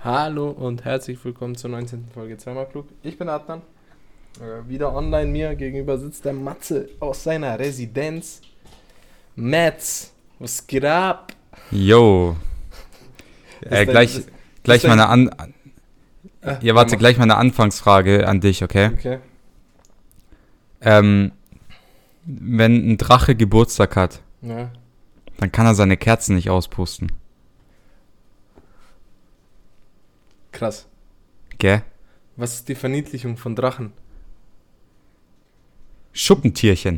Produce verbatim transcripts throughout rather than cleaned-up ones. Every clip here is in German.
Hallo und herzlich willkommen zur neunzehnten Folge Zweimal Klug. Ich bin Adnan. Äh, wieder online mir gegenüber sitzt der Matze aus seiner Residenz. Mats, was geht ab? Jo. Äh, gleich das, gleich dein, meine An... Äh, ja, warte, gleich meine Anfangsfrage an dich, okay? Okay. Ähm, wenn ein Drache Geburtstag hat, Ja. dann kann er seine Kerzen nicht auspusten. Krass. Gell? Was ist die Verniedlichung von Drachen? Schuppentierchen.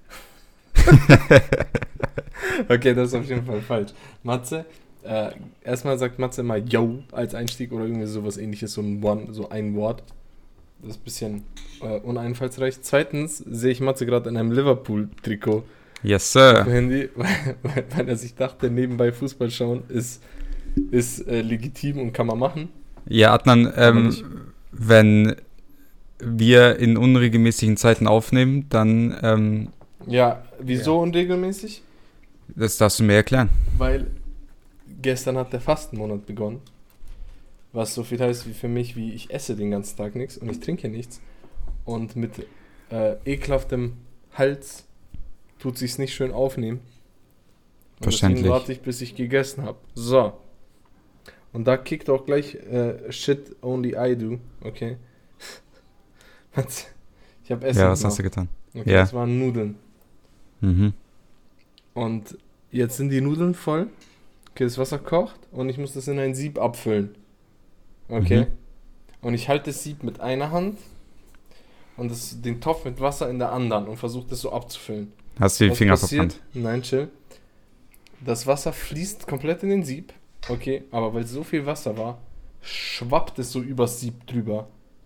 Okay, das ist auf jeden Fall falsch. Matze, äh, erstmal sagt Matze immer Yo als Einstieg oder irgendwie sowas ähnliches, so ein, One, so ein Wort. Das ist ein bisschen äh, uneinfallsreich. Zweitens sehe ich Matze gerade in einem Liverpool-Trikot Yes, auf dem sir. Handy, weil, weil, weil er sich dachte, nebenbei Fußball schauen ist, ist äh, legitim und kann man machen. Ja, Adnan, Aber ähm, nicht. wenn wir in unregelmäßigen Zeiten aufnehmen, dann, ähm, Ja, wieso Ja. unregelmäßig? das darfst du mir erklären. Weil gestern hat der Fastenmonat begonnen. Was so viel heißt wie für mich, wie ich esse den ganzen Tag nichts und ich trinke nichts. Und mit äh, ekelhaftem Hals tut sich's nicht schön aufnehmen. Und Verständlich. deswegen warte ich, bis ich gegessen habe. So. Und da kickt auch gleich äh, Shit only I do. Okay. Was? Ich habe Essen Ja, was gemacht. hast du getan? Okay, Ja. das waren Nudeln. Mhm. Und jetzt sind die Nudeln voll. Okay, das Wasser kocht und ich muss das in ein Sieb abfüllen. Okay. Mhm. Und ich halte das Sieb mit einer Hand und das, den Topf mit Wasser in der anderen und versuche das so abzufüllen. Hast du die Was Finger passiert? verbrannt? Nein, chill. Das Wasser fließt komplett in den Sieb. Okay, aber weil so viel Wasser war, schwappt es so übers Sieb drüber.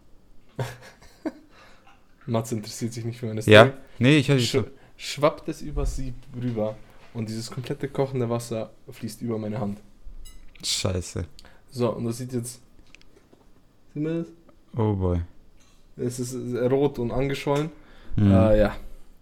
Matze interessiert sich nicht für meine Story. Ja? Nee, ich höre dich Sch so. schwappt es übers Sieb rüber und dieses komplette kochende Wasser fließt über meine Hand. Scheiße. So, und das sieht jetzt... Sieht man das? Oh boy. Es ist äh, rot und angeschwollen. Mhm. Äh, ja.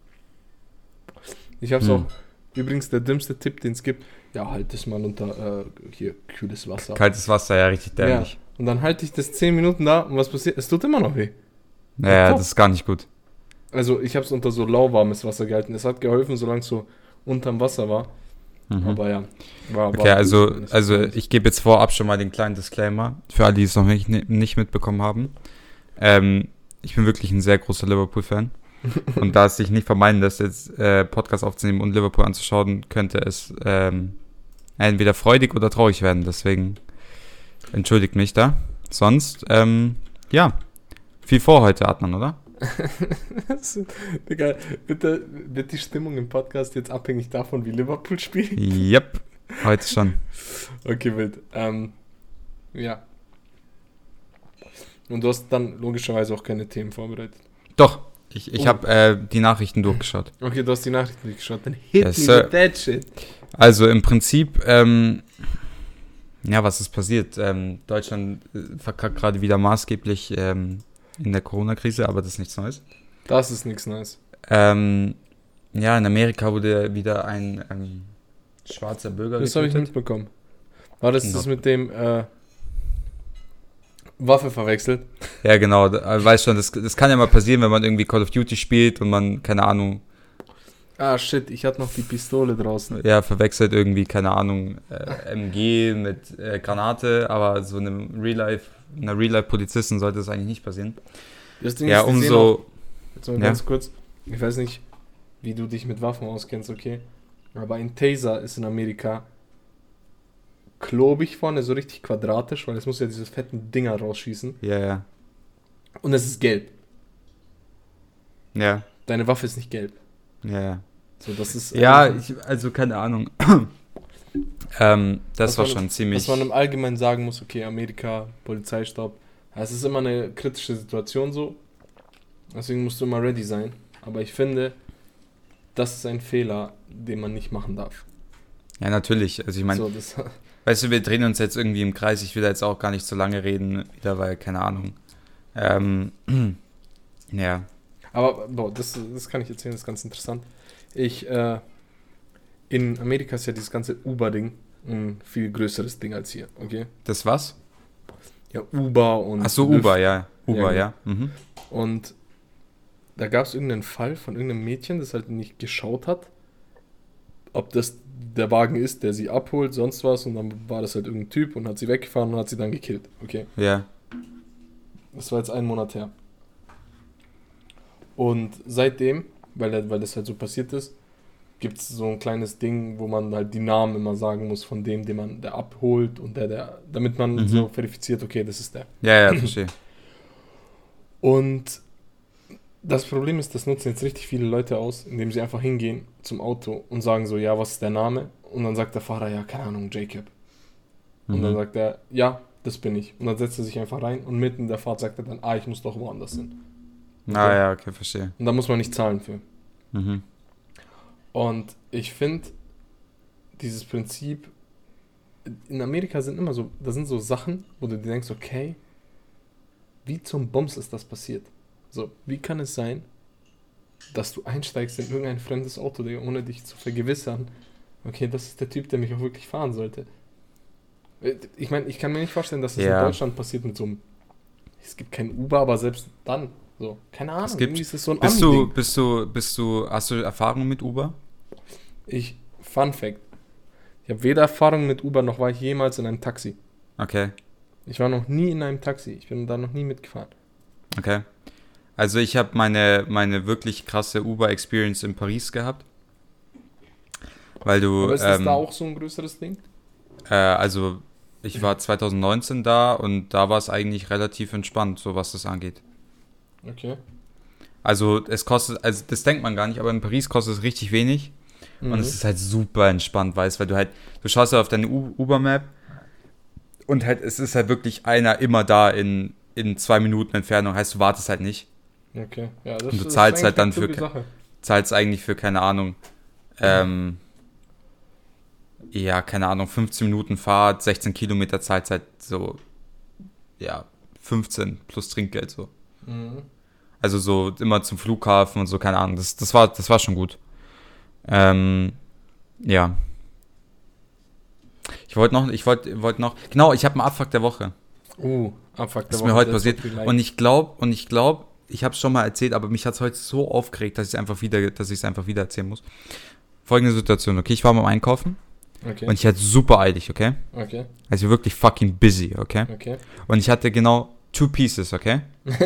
Ich hab's Hm. auch... Übrigens, der dümmste Tipp, den es gibt, ja, halt das mal unter, äh, hier, kühles Wasser. Kaltes Wasser, ja, richtig Ja. dämlich. Und dann halte ich das zehn Minuten da und was passiert? Es tut immer noch weh. Ja, ja, top. das ist gar nicht gut. Also, ich hab's unter so lauwarmes Wasser gehalten. Es hat geholfen, solange es so unterm Wasser war. Mhm. Aber ja, war, Okay, war also, gut, nicht also so ich gebe jetzt vorab schon mal den kleinen Disclaimer, für alle, die es noch nicht, nicht mitbekommen haben. Ähm, ich bin wirklich ein sehr großer Liverpool-Fan. Und da es sich nicht vermeiden lässt, jetzt äh, Podcast aufzunehmen und Liverpool anzuschauen, könnte es ähm, entweder freudig oder traurig werden. Deswegen entschuldigt mich da. Sonst, ähm, ja, viel vor heute, Adnan, oder? Digga, bitte wird die Stimmung im Podcast jetzt abhängig davon, wie Liverpool spielt? Yep, heute schon. Okay, wild. Ähm, ja. Und du hast dann logischerweise auch keine Themen vorbereitet. Doch, ich, ich Oh. habe äh, die Nachrichten durchgeschaut. Okay, du hast die Nachrichten durchgeschaut. Dann hit Yes, me sir. with that shit. Also im Prinzip, ähm, ja, was ist passiert? Ähm, Deutschland äh, verkackt gerade wieder maßgeblich ähm, in der Corona-Krise, aber das ist nichts Neues. Das ist nichts Neues. Ähm, ja, in Amerika wurde wieder ein ähm, schwarzer Bürger Das habe ich getötet. mitbekommen. War das Ja. das mit dem äh, Waffe verwechselt? Ja, genau. da- äh, Weiß schon, das, das kann ja mal passieren, wenn man irgendwie Call of Duty spielt und man, keine Ahnung, Ah, shit, ich hatte noch die Pistole draußen. ja, verwechselt irgendwie, keine Ahnung, äh, M G mit äh, Granate, aber so einem Real-Life, einer Real-Life-Polizisten sollte das eigentlich nicht passieren. Das Ding Ja, ist, die sehen auch- umso, Jetzt mal Ja. ganz kurz. Ich weiß nicht, wie du dich mit Waffen auskennst, okay? Aber ein Taser ist in Amerika klobig vorne, so richtig quadratisch, weil es muss ja diese fetten Dinger rausschießen. ja, ja, Und es ist gelb. ja, Deine Waffe ist nicht gelb. ja, ja. So, das ist Ja, eigentlich- ich, also keine Ahnung. ähm, das Was war man- schon ziemlich. was man im Allgemeinen sagen muss, okay, Amerika, Polizeistaub. Ja, es ist immer eine kritische Situation so. Deswegen musst du immer ready sein. Aber ich finde, das ist ein Fehler, den man nicht machen darf. Ja, natürlich. Also ich meine, so, das, weißt du, wir drehen uns jetzt irgendwie im Kreis. Ich will da jetzt auch gar nicht so lange reden, wieder, weil, keine Ahnung. Ähm, ja. aber boah, das, das kann ich erzählen, das ist ganz interessant. Ich, äh, in Amerika ist ja dieses ganze Uber-Ding ein viel größeres Ding als hier, okay? Das was? Ja, Uber und... Ach so, Lyft. Uber, ja. Uber, Ja, ja. Mhm. Und da gab es irgendeinen Fall von irgendeinem Mädchen, das halt nicht geschaut hat, ob das der Wagen ist, der sie abholt, sonst was. Und dann war das halt irgendein Typ und hat sie weggefahren und hat sie dann gekillt. Okay. Ja. Das war jetzt einen Monat her. Und seitdem, weil, weil das halt so passiert ist, gibt es so ein kleines Ding, wo man halt die Namen immer sagen muss von dem, den man der abholt und der, der, damit man Mhm. so verifiziert, okay, das ist der. Ja, ja, verstehe. Und das Problem ist, das nutzen jetzt richtig viele Leute aus, indem sie einfach hingehen zum Auto und sagen so, ja, was ist der Name? Und dann sagt der Fahrer, ja, keine Ahnung, Jacob. Und dann Mhm. sagt er, ja, das bin ich. Und dann setzt er sich einfach rein und mitten in der Fahrt sagt er dann, ah, ich muss doch woanders hin. Ah ja, okay, verstehe. Und da muss man nicht zahlen für. Mhm. Und ich finde, dieses Prinzip, in Amerika sind immer so, da sind so Sachen, wo du dir denkst, okay, wie zum Bums ist das passiert? So, wie kann es sein, dass du einsteigst in irgendein fremdes Auto, Digga, ohne dich zu vergewissern, okay, das ist der Typ, der mich auch wirklich fahren sollte. Ich meine, ich kann mir nicht vorstellen, dass das Ja. in Deutschland passiert mit so einem, es gibt kein Uber, aber selbst dann, so, keine Ahnung, Es gibt- irgendwie ist es so ein Bist du, Ami-Ding. bist du, bist du, hast du Erfahrung mit Uber? Ich, Fun Fact, ich habe weder Erfahrung mit Uber, noch war ich jemals in einem Taxi. Okay, Ich war noch nie in einem Taxi, ich bin da noch nie mitgefahren. okay. Also ich habe meine, meine wirklich krasse Uber-Experience in Paris gehabt. Weil du, Aber ist das ähm, da auch so ein größeres Ding? äh, also ich war zwanzig neunzehn da und da war es eigentlich relativ entspannt, so was das angeht. Okay. Also es kostet, also das denkt man gar nicht, aber in Paris kostet es richtig wenig. Mhm. Und es ist halt super entspannt, weißt, weil du halt, du schaust halt auf deine U- Uber-Map und halt, es ist halt wirklich einer immer da in, in zwei Minuten Entfernung, heißt, du wartest halt nicht. Okay. Ja, das Und du ist zahlst halt eigentlich dann eine für coole Sache. Zahlst eigentlich für, keine Ahnung, ähm, ja, keine Ahnung, fünfzehn Minuten Fahrt, sechzehn Kilometer zahlst halt so, ja, fünfzehn plus Trinkgeld so. Mhm. Also so immer zum Flughafen und so, keine Ahnung, das, das, war, das war schon gut. Ähm, ja. Ich wollte noch, ich wollte wollt noch, genau, ich habe einen Abfuck der Woche. Uh, Abfuck der Das ist Woche, mir heute das passiert. so viel Like. Und ich glaube, und ich glaube, ich habe es schon mal erzählt, aber mich hat es heute so aufgeregt, dass ich es einfach wieder, dass ich es einfach wieder erzählen muss. Folgende Situation, okay, ich war beim Einkaufen Okay, und ich hatte super eilig, okay? okay, Also wirklich fucking busy, okay? okay. Und ich hatte genau two pieces, okay?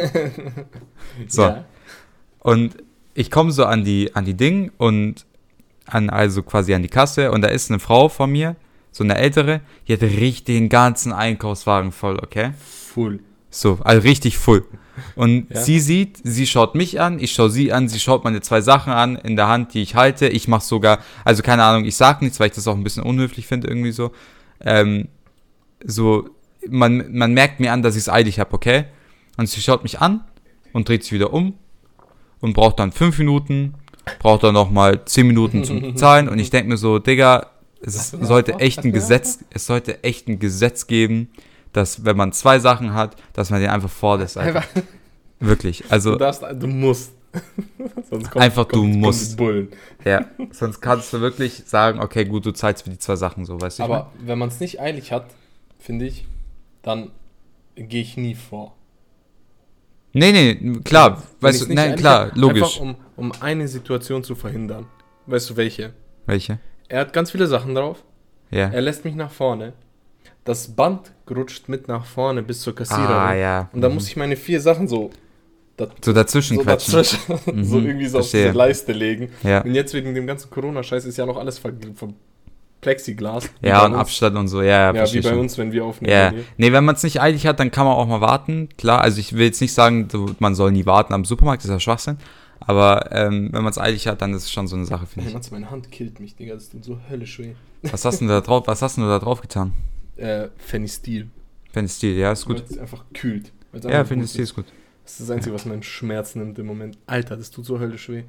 So. Ja. Und ich komme so an die, an die Ding und an, also quasi an die Kasse und da ist eine Frau von mir, so eine ältere, die hat richtig den ganzen Einkaufswagen voll, okay? Full. So, also richtig full. Und Ja. sie sieht, sie schaut mich an, ich schaue sie an, sie schaut meine zwei Sachen an in der Hand, die ich halte. Ich mache sogar, also keine Ahnung, ich sag nichts, weil ich das auch ein bisschen unhöflich finde irgendwie so. Ähm, so, man, man merkt mir an, dass ich es eilig habe, okay? Und sie schaut mich an und dreht sich wieder um und braucht dann fünf Minuten, braucht dann nochmal zehn Minuten zum Zahlen und ich denke mir so, Digga, es ist, sollte echt ein Gesetz, es sollte echt ein Gesetz geben, dass wenn man zwei Sachen hat, dass man den einfach vorlässt. Einfach. Einfach, Wirklich. du Also darfst, du musst. Sonst kommt, Einfach, du kommt, kommt musst. die Bullen. ja, sonst kannst du wirklich sagen, okay, gut, du zahlst für die zwei Sachen so, weißt du? Aber wenn man es nicht eilig hat, finde ich, dann gehe ich nie vor. Nee, nee, klar, Wenn weißt ich's du, nicht nein, eilig klar, hab, logisch. Einfach um, um eine Situation zu verhindern. Weißt du welche? Welche? Er hat ganz viele Sachen drauf. Ja. Er lässt mich nach vorne. Das Band rutscht mit nach vorne bis zur Kassiererin. Ah, ja. Und dann Mhm. muss ich meine vier Sachen so, da, So dazwischen so, quetschen. dazwischen, so Mhm, irgendwie so auf verstehe. diese Leiste legen. Ja, Und jetzt wegen dem ganzen Corona-Scheiß ist ja noch alles ver, ver Plexiglas. Wie ja bei und uns. Abstand und so, ja, ja, Ja, wie verstehe bei schon. uns, wenn wir aufnehmen. Ja, hier. nee, wenn man es nicht eilig hat, dann kann man auch mal warten. Klar, also ich will jetzt nicht sagen, so, man soll nie warten am Supermarkt, das ist ja Schwachsinn. Aber ähm, wenn man es eilig hat, dann ist es schon so eine Sache, finde Hey, ich. Mann, meine Hand killt mich, Digga. Das tut so höllisch weh. Was hast du denn da drauf, was hast du denn da drauf getan? Äh, Fenistil. Fenistil, ja, ist gut. Weil es einfach kühlt. Weil's Ja, einfach Fenistil gut ist gut. Das ist das Einzige, was meinen Schmerz nimmt im Moment. Alter, das tut so höllisch weh.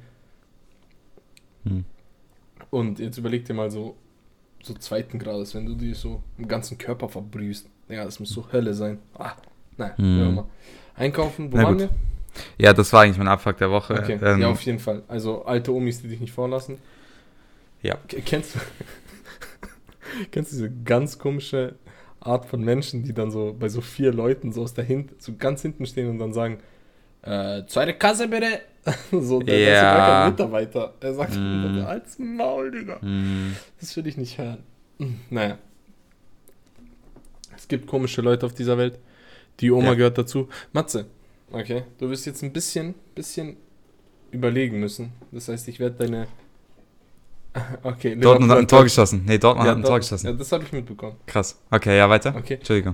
Hm. Und jetzt überleg dir mal so, so zweiten Grades, wenn du die so im ganzen Körper verbrühst. Ja, das muss so Hölle sein. Ah, nein, Hm. wie auch immer. Einkaufen, wo Na waren gut. wir? Ja, das war eigentlich mein Abfuck der Woche. Okay, Ähm, ja, auf jeden Fall. Also alte Omis, die dich nicht vorlassen. Ja. K- Kennst du, kennst du diese ganz komische Art von Menschen, die dann so bei so vier Leuten so aus der Hin so ganz hinten stehen und dann sagen, äh, zweite Kasse bitte. So, der Ja. ist ja gar kein Mitarbeiter. Er sagt, Mm. als Maul, Digga. Hm. Das will ich nicht hören. Naja. Es gibt komische Leute auf dieser Welt. Die Oma Ja. gehört dazu. Matze, okay, du wirst jetzt ein bisschen, bisschen überlegen müssen. Das heißt, ich werde deine... Okay, Dortmund hat ein Liverpool- Tor geschossen. Nee, Dortmund Ja, hat ein Dort- Tor geschossen. Ja, das habe ich mitbekommen. Krass. Okay, ja, weiter. Okay. Entschuldigung.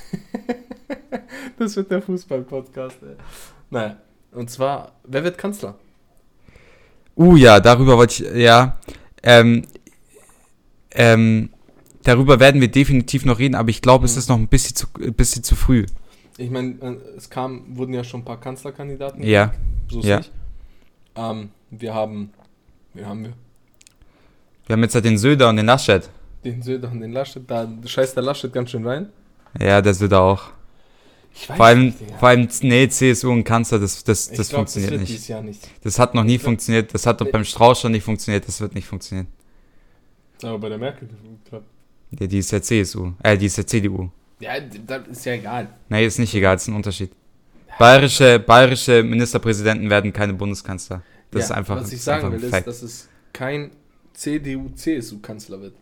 Das wird der Fußball-Podcast, ey. Naja, und zwar, wer wird Kanzler? Uh, ja, darüber wollte ich, ja, ähm, ähm, darüber werden wir definitiv noch reden, aber ich glaube, Mhm. es ist noch ein bisschen zu, ein bisschen zu früh. Ich meine, es kam, wurden ja schon ein paar Kanzlerkandidaten. Ja, So ja. ist ja. ähm, Wir haben, wen haben wir? Wir haben jetzt halt den Söder und den Laschet. Den Söder und den Laschet. Da scheißt der Laschet ganz schön rein. Ja, der Söder auch. Ich weiß Vor allem, nicht, Digga. vor allem, nee, C S U und Kanzler, das, das, Ich das glaub, funktioniert das wird nicht. dieses Jahr nicht. Das hat noch nie Ich glaub- funktioniert, das hat doch beim Strauß schon nicht funktioniert, das wird nicht funktionieren. Aber bei der Merkel geklappt. Ja, die ist ja C S U, äh, die ist ja C D U. Ja, das ist ja egal. Nee, ist nicht egal, ist ein Unterschied. Bayerische, bayerische Ministerpräsidenten werden keine Bundeskanzler. Das ja, ist einfach, was ich ist sagen einfach will, ein ist, Fact. dass es kein C D U-C S U-Kanzler wird.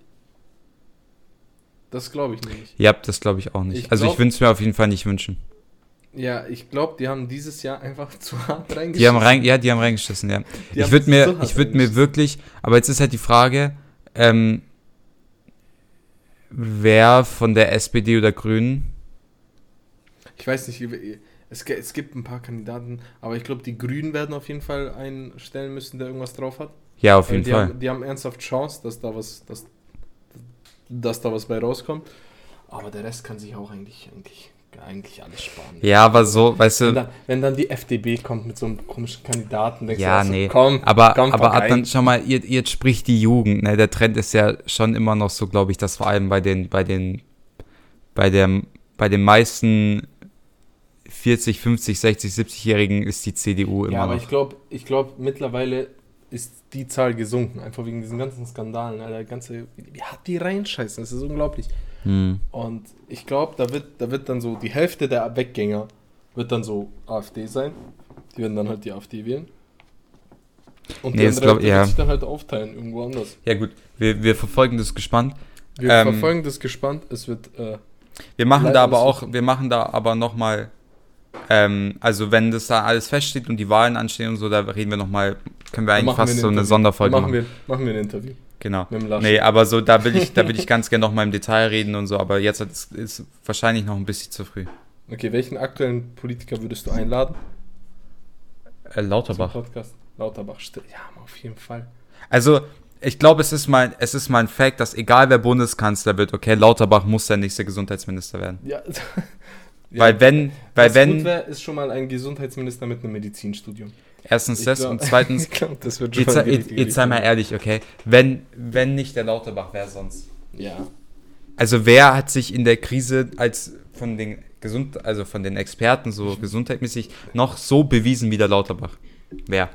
Das glaube ich nicht. Ja, das glaube ich auch nicht. Ich also ich glaub- würde es mir auf jeden Fall nicht wünschen. Ja, ich glaube, die haben dieses Jahr einfach zu hart reingeschissen. Die haben rein, ja, die haben reingeschissen, ja. Die ich haben würde mir, so hart ich würde mir reingeschissen. wirklich, aber jetzt ist halt die Frage, ähm, wer von der S P D oder Grünen, Ich weiß nicht, es, ge- es gibt ein paar Kandidaten, aber ich glaube, die Grünen werden auf jeden Fall einen stellen müssen, der irgendwas drauf hat. ja, auf Weil jeden die Fall. Haben, die haben ernsthaft Chance, dass da was, dass, dass da was bei rauskommt. Aber der Rest kann sich auch eigentlich, eigentlich, eigentlich alles sparen. Ja, aber so, weißt Wenn du, dann, wenn dann die F D B kommt mit so einem komischen Kandidaten, denkst ja, du, nee, komm, aber, komm, aber pack hat dann, ein. schau mal, ihr, jetzt spricht die Jugend, ne, der Trend ist ja schon immer noch so, glaube ich, dass vor allem bei den, bei den, bei der, bei den meisten vierzig, fünfzig, sechzig, siebzig-Jährigen ist die C D U immer Ja, aber noch. ich glaube, ich glaub, mittlerweile ist die Zahl gesunken, einfach wegen diesen ganzen Skandalen. Alter, der ganze, wie hat die reinscheißen, das ist unglaublich. Hm. Und ich glaube, da wird, da wird dann so die Hälfte der Weggänger wird dann so AfD sein. Die werden dann halt die AfD wählen. Und Nee, die das andere glaub- Hälfte ja. wird sich dann halt aufteilen, irgendwo anders. Ja gut, wir, wir verfolgen das gespannt. Wir Ähm, verfolgen das gespannt. Es wird, äh, Wir machen Leider da aber alles auch, wissen. wir machen da aber nochmal, ähm, also wenn das da alles feststeht und die Wahlen anstehen und so, da reden wir nochmal, können wir eigentlich machen wir fast ein so eine Interview. Sonderfolge machen, machen. wir, machen wir ein Interview Genau. mit dem Laschet. Nee, aber so, da will ich, da will ich ganz gerne nochmal im Detail reden und so, aber jetzt ist, ist wahrscheinlich noch ein bisschen zu früh. Okay, welchen aktuellen Politiker würdest du einladen? Äh, Zum Lauterbach. Podcast? Lauterbach, stimmt. Ja, auf jeden Fall. Also, ich glaube, es ist mal, es ist mal ein Fact, dass egal wer Bundeskanzler wird, okay, Lauterbach muss der nächste Gesundheitsminister werden. Ja. Weil wenn, weil Was wenn, gut wäre, ist schon mal ein Gesundheitsminister mit einem Medizinstudium. erstens Ich das glaub- und zweitens, ich glaub, das wird schon jetzt, mal in die jetzt, richtige jetzt sei mal Richtung. ehrlich, okay, wenn, wenn nicht der Lauterbach, wer sonst? Ja. Also wer hat sich in der Krise als von den Gesund, also von den Experten so gesundheitmäßig noch so bewiesen wie der Lauterbach? Wer?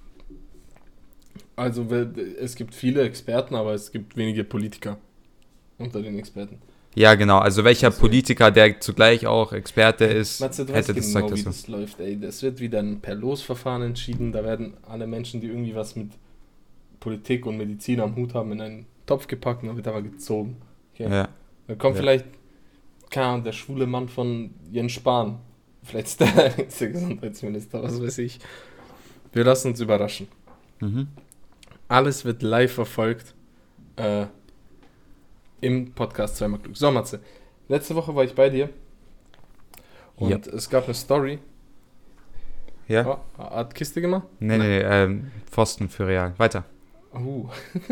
Also wer- es gibt viele Experten, aber es gibt wenige Politiker unter den Experten. Ja, genau. Also welcher Also- Politiker, der zugleich auch Experte ist, Matze, du weißt hätte das genau, Zeug wie dazu. das läuft, ey. Das wird wieder ein per Losverfahren entschieden. Da werden alle Menschen, die irgendwie was mit Politik und Medizin am Hut haben, in einen Topf gepackt und dann wird aber gezogen. Okay. Ja. Dann kommt Ja. vielleicht, keine Ahnung, der schwule Mann von Jens Spahn. Vielleicht ist der nächste Gesundheitsminister, was weiß ich. Wir lassen uns überraschen. Mhm. Alles wird live verfolgt äh, im Podcast Zweimal Glück. So, Matze, letzte Woche war ich bei dir und es gab eine Story. Ja? Oh, hat Kiste gemacht? Nee, nee, nee, ähm, Pfosten für Real. Weiter. Uh.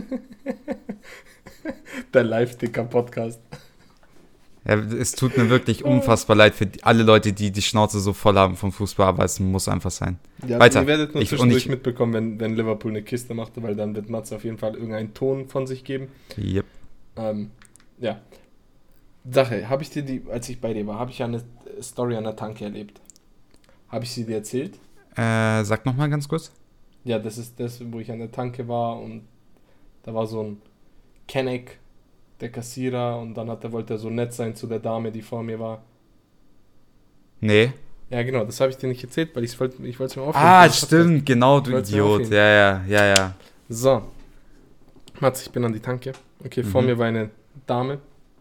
Der Live-Ticker-Podcast. Ja, es tut mir wirklich unfassbar leid für die, alle Leute, die die Schnauze so voll haben vom Fußball, aber es muss einfach sein. Ja, Weiter. Ihr werdet nur Ich- und zwischendurch ich- mitbekommen, wenn, wenn Liverpool eine Kiste macht, weil dann wird Matze auf jeden Fall irgendeinen Ton von sich geben. Yep. Ähm, ja. Sache, habe ich dir die, als ich bei dir war, habe ich ja eine Story an der Tanke erlebt. Habe ich sie dir erzählt? Äh, sag nochmal ganz kurz. Ja, das ist das, wo ich an der Tanke war und da war so ein Kenneck der Kassierer und dann hat er, wollte er so nett sein zu der Dame, die vor mir war. Nee. Ja, genau, das habe ich dir nicht erzählt, weil ich wollte ich es mir aufheben. Ah, Ich hab stimmt, genau, Ich du wollt's mir Idiot. aufheben. Ja, ja, ja, ja. das- So, Mats, ich bin an die Tanke. Okay, vor Mhm. mir war eine Dame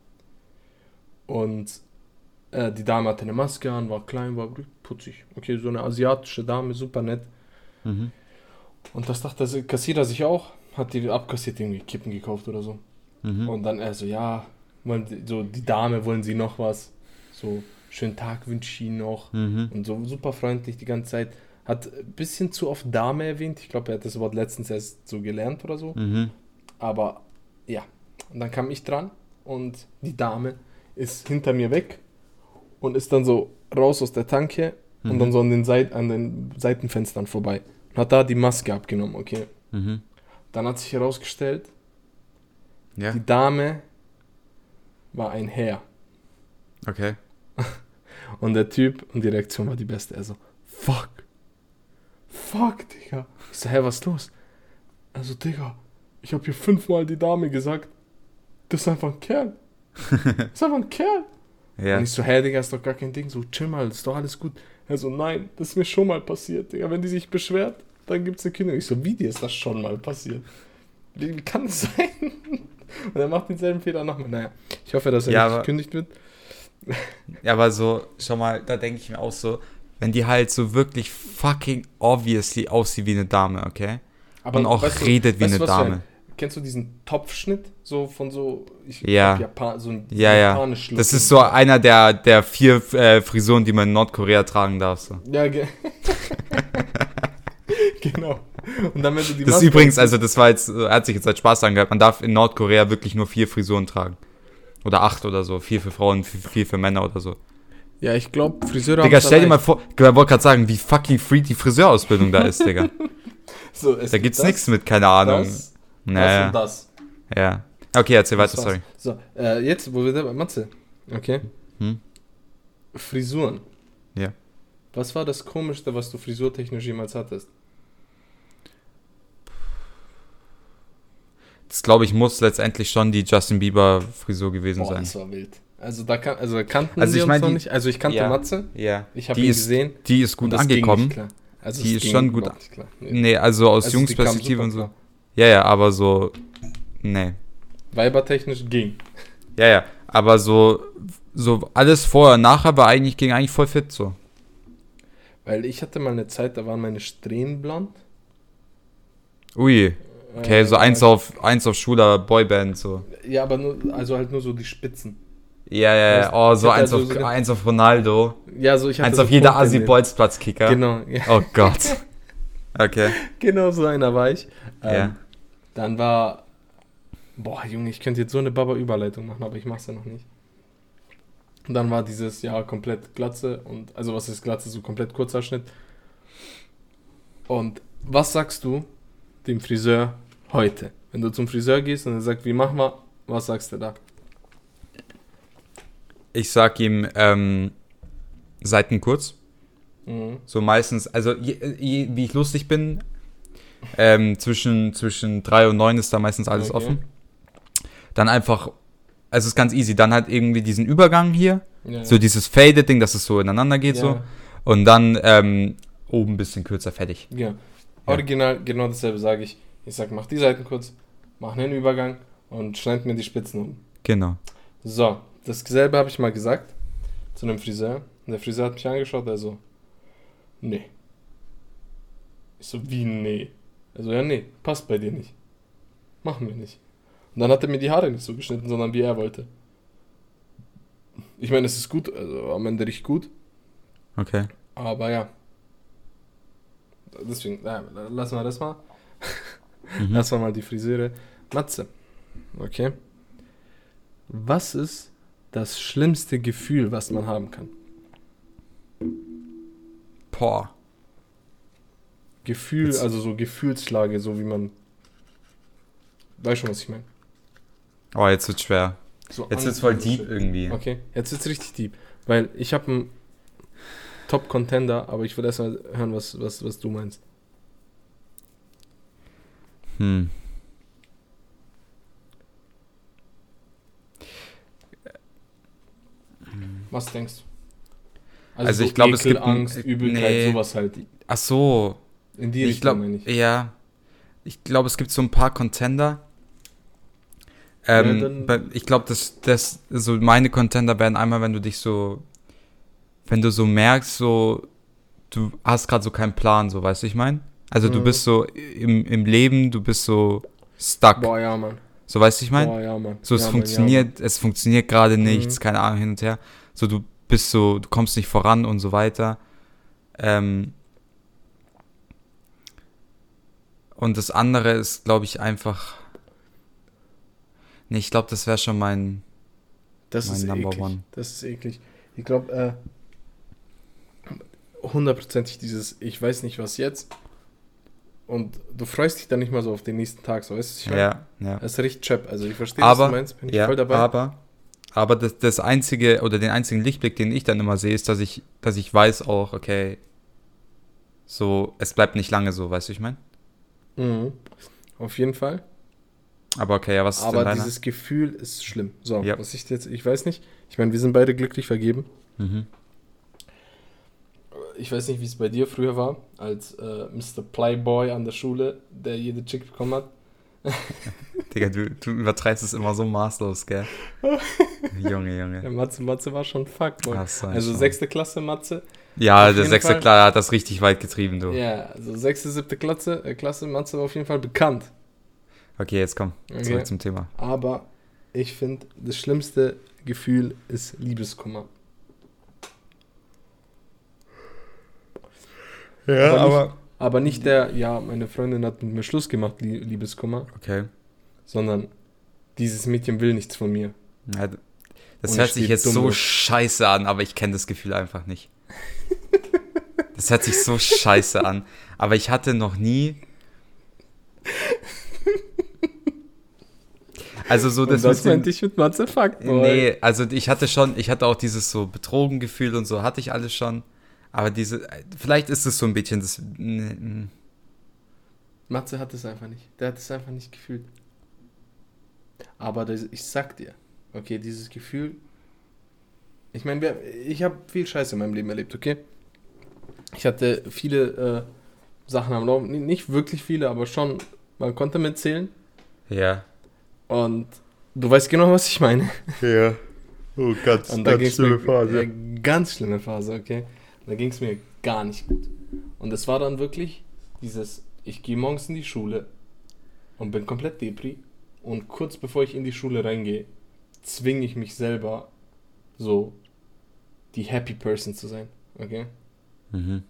und äh, die Dame hatte eine Maske an, war klein, war putzig. Okay, so eine asiatische Dame, super nett. Mhm. Und das dachte der Kassierer sich auch, hat die abkassiert, irgendwie Kippen gekauft oder so. Mhm. Und dann er so, ja, wollen die, so die Dame, wollen sie noch was? So, schönen Tag wünsche ich Ihnen noch. Mhm. Und so super freundlich die ganze Zeit. Hat ein bisschen zu oft Dame erwähnt. Ich glaube, er hat das Wort letztens erst so gelernt oder so. Mhm. Aber ja. Und dann kam ich dran und die Dame ist hinter mir weg und ist dann so raus aus der Tanke und Mhm. dann so an den, Seit an den Seitenfenstern vorbei. Und hat da die Maske abgenommen, okay. Mhm. Dann hat sich herausgestellt, Ja, die Dame war ein Herr. okay. Und der Typ, und die Reaktion war die beste. Er so, fuck. Fuck, Digga. Ich so, hä, was ist los? Also, Digga, ich habe hier fünfmal die Dame gesagt, das ist einfach ein Kerl. Das ist einfach ein Kerl. Ja. Und ich so, hä, Digga, ist doch gar kein Ding. So, chill mal, ist doch alles gut. Er so, nein, das ist mir schon mal passiert, Digga. Wenn die sich beschwert, dann gibt's eine Kündigung. Ich so, wie dir ist das schon mal passiert? Wie, wie kann das sein? Und er macht denselben Fehler nochmal. Naja, ich hoffe, dass er Ja, nicht aber- gekündigt wird. Ja, aber so, schau mal, da denke ich mir auch so, wenn die halt so wirklich fucking obviously aussieht wie eine Dame, okay? Und auch weißt du- redet wie weißt du, eine was für ein- Dame. Kennst du diesen Topfschnitt? So von so, ich Ja. glaub, Japan, so ein Ja, ja. japanisch Look. Das ist so einer der, der vier äh, Frisuren, die man in Nordkorea tragen darf. So. Ja, ge genau. Und dann, wenn du die Das ist Maske- übrigens, also das war jetzt, er hat sich jetzt als Spaß angehört, man darf in Nordkorea wirklich nur vier Frisuren tragen. Oder acht oder so. Vier für Frauen, vier, vier für Männer oder so. Ja, ich glaube, Friseure Digga, haben's stell dir mal leicht. vor, ich wollte gerade sagen, wie fucking free die Friseurausbildung da ist, Digga. So, es Da gibt gibt's das, nichts mit, keine Ahnung. Das, das naja. und das. Ja. Okay, erzähl weiter, Das war's. sorry. So, äh, jetzt, wo wir da bei Matze. Okay. Hm? Frisuren. Ja. Was war das Komischste, was du frisurtechnisch jemals hattest? Das glaube ich muss letztendlich schon die Justin Bieber Frisur gewesen Boah, sein. das war wild. Also da kann, also kannten Also wir ich mein, uns noch die- nicht. Also ich kannte Ja. Matze. Ja. Ich habe Die ihn ist, gesehen. die ist und gut das ging angekommen. nicht klar. Also Die es ist ging schon gut überhaupt nicht klar. Nee. Nee, also aus Also die kam Jungsperspektive super und so. klar. Ja, ja, aber so. Nee. Weibertechnisch ging. Ja, ja. Aber so, so alles vorher, nachher war eigentlich, ging eigentlich voll fit so. Weil ich hatte mal eine Zeit, da waren meine Strähnen blond. Ui. Okay, Äh, so eins auf eins auf Schüler Boyband so. Ja, aber nur, also halt nur so die Spitzen. Ja, ja, ja. Oh, so Ich hatte eins also auf so- eins auf Ronaldo. Ja, so ich hatte Eins so auf jeder Punkte in Asi den- Bolzplatz Kicker. Genau, ja, Oh Gott. Okay. genau so einer war ich. Ähm, Ja. Dann war, boah Junge, ich könnte jetzt so eine Baba-Überleitung machen, aber ich mach's ja noch nicht. Und dann war dieses Jahr komplett Glatze und, also was ist Glatze, so komplett Kurzhaarschnitt. Und was sagst du dem Friseur heute? Wenn du zum Friseur gehst und er sagt, wie machen wir, was sagst du da? Ich sag ihm, ähm, Seiten kurz. Mhm. So meistens, also je, je, wie ich lustig bin, ähm, zwischen, zwischen drei und neun ist da meistens alles Okay. offen. Dann einfach, also es ist ganz easy, dann halt irgendwie diesen Übergang hier, Ja. so dieses Faded-Ding, dass es so ineinander geht so. Ja. Und dann ähm, oben ein bisschen kürzer, fertig. Ja. Original, genau dasselbe sage ich. Ich sag, mach die Seiten kurz, mach einen Übergang und schneid mir die Spitzen um. Genau. So, dasselbe habe ich mal gesagt zu einem Friseur. Und der Friseur hat mich angeschaut, der so, nee. Ich so, wie nee? Also, ja, nee, passt bei dir nicht. Machen wir nicht. Und dann hat er mir die Haare nicht so geschnitten, sondern wie er wollte. Ich meine, es ist gut, also am Ende riecht gut, Okay. aber ja. Deswegen, na, lassen wir das mal. Mhm. Lassen wir mal die Friseure. Matze. Okay. Was ist das schlimmste Gefühl, was man haben kann? Boah. Gefühl, Jetzt- also so Gefühlslage, so wie man. Weißt schon, was ich meine? Oh, jetzt wird's schwer. So Jetzt Angst wird's voll und so deep Shit. irgendwie. Okay, jetzt wird's richtig deep. Weil ich habe einen Top-Contender, aber ich würde erstmal hören, was, was, was du meinst. Hm. Was denkst du? Also, so ich glaube, es Ekel, gibt... ein- Angst, Übelkeit, nee. sowas halt. Ach so. In die Ich Richtung, glaube, meine ich. ja. Ich glaube, es gibt so ein paar Contender. Ja, Ähm, dann- bei- ich glaube, dass das so meine Contender werden einmal, wenn du dich so, wenn du so merkst, so du hast gerade so keinen Plan, so, weißt du, ich meine? Also du Mhm. bist so im, im Leben, du bist so stuck, Boah, ja, Mann. so, weißt du, ich meine? Boah, ja, Mann. So, es ja, funktioniert, es funktioniert gerade nichts, Mhm. keine Ahnung, hin und her. So, du bist so, du kommst nicht voran und so weiter. Ähm, und das andere ist, glaube ich, einfach. Nee, ich glaube, das wäre schon mein, Das mein ist Number eklig. One. Das ist eklig. Ich glaube, äh, hundertprozentig dieses, ich weiß nicht, was jetzt. Und du freust dich dann nicht mal so auf den nächsten Tag, so, weißt du, was ich meine? Ja, ja. Es ist richtig Chap. Also ich verstehe, Aber, was du meinst, bin ich ja, voll dabei. aber, aber das, das einzige, oder den einzigen Lichtblick, den ich dann immer sehe, ist, dass ich, dass ich weiß auch, okay, so, es bleibt nicht lange so, weißt du, ich meine? Mhm. Auf jeden Fall. Aber okay, ja, was ist denn Aber deiner? dieses Gefühl ist schlimm. So, Ja. was ich jetzt, ich weiß nicht. Ich meine, wir sind beide glücklich vergeben. Mhm. Ich weiß nicht, wie es bei dir früher war, als äh, Mister Playboy an der Schule, der jede Chick bekommen hat. Digga, du, du übertreibst es immer so maßlos, gell? Junge, Der Junge. Matze, Matze war schon Fuckboy. Ach so, Also schon. sechste Klasse Matze. Ja, auf der jeden sechste Fall. Klasse hat das richtig weit getrieben, du. Ja, also sechste, siebte Klasse, äh, Klasse Matze war auf jeden Fall bekannt. Okay, jetzt komm, Okay. zurück zum Thema. Aber ich finde, das schlimmste Gefühl ist Liebeskummer. Ja, aber nicht, aber nicht der, ja, meine Freundin hat mit mir Schluss gemacht, Lie- Liebeskummer, Okay. sondern dieses Mädchen will nichts von mir. Ja, das Und hört ich sich steh jetzt dumm so drauf. scheiße an, aber ich kenne das Gefühl einfach nicht. Das hört sich so scheiße an. Aber ich hatte noch nie. Also so das, Und das mit dem- meinte ich mit Matze Fuckboy. Nee, also ich hatte schon, ich hatte auch dieses so Betrogen-Gefühl und so, hatte ich alles schon. Aber diese, vielleicht ist es so ein bisschen das. mm, Matze hat es einfach nicht. Der hat es einfach nicht gefühlt. Aber das, ich sag dir, okay, dieses Gefühl. Ich meine, wir- ich habe viel Scheiße in meinem Leben erlebt, okay? Ich hatte viele äh, Sachen am Laufen. N- Nicht wirklich viele, aber schon, man konnte mitzählen. Ja. Und du weißt genau, was ich meine. Ja. Oh, ganz, Und da ging's mir, Ja, ganz schlimme Phase, okay? Da ging es mir gar nicht gut. Und es war dann wirklich dieses, ich gehe morgens in die Schule und bin komplett Depri. Und kurz bevor ich in die Schule reingehe, zwinge ich mich selber, so die Happy Person zu sein, okay? Mhm.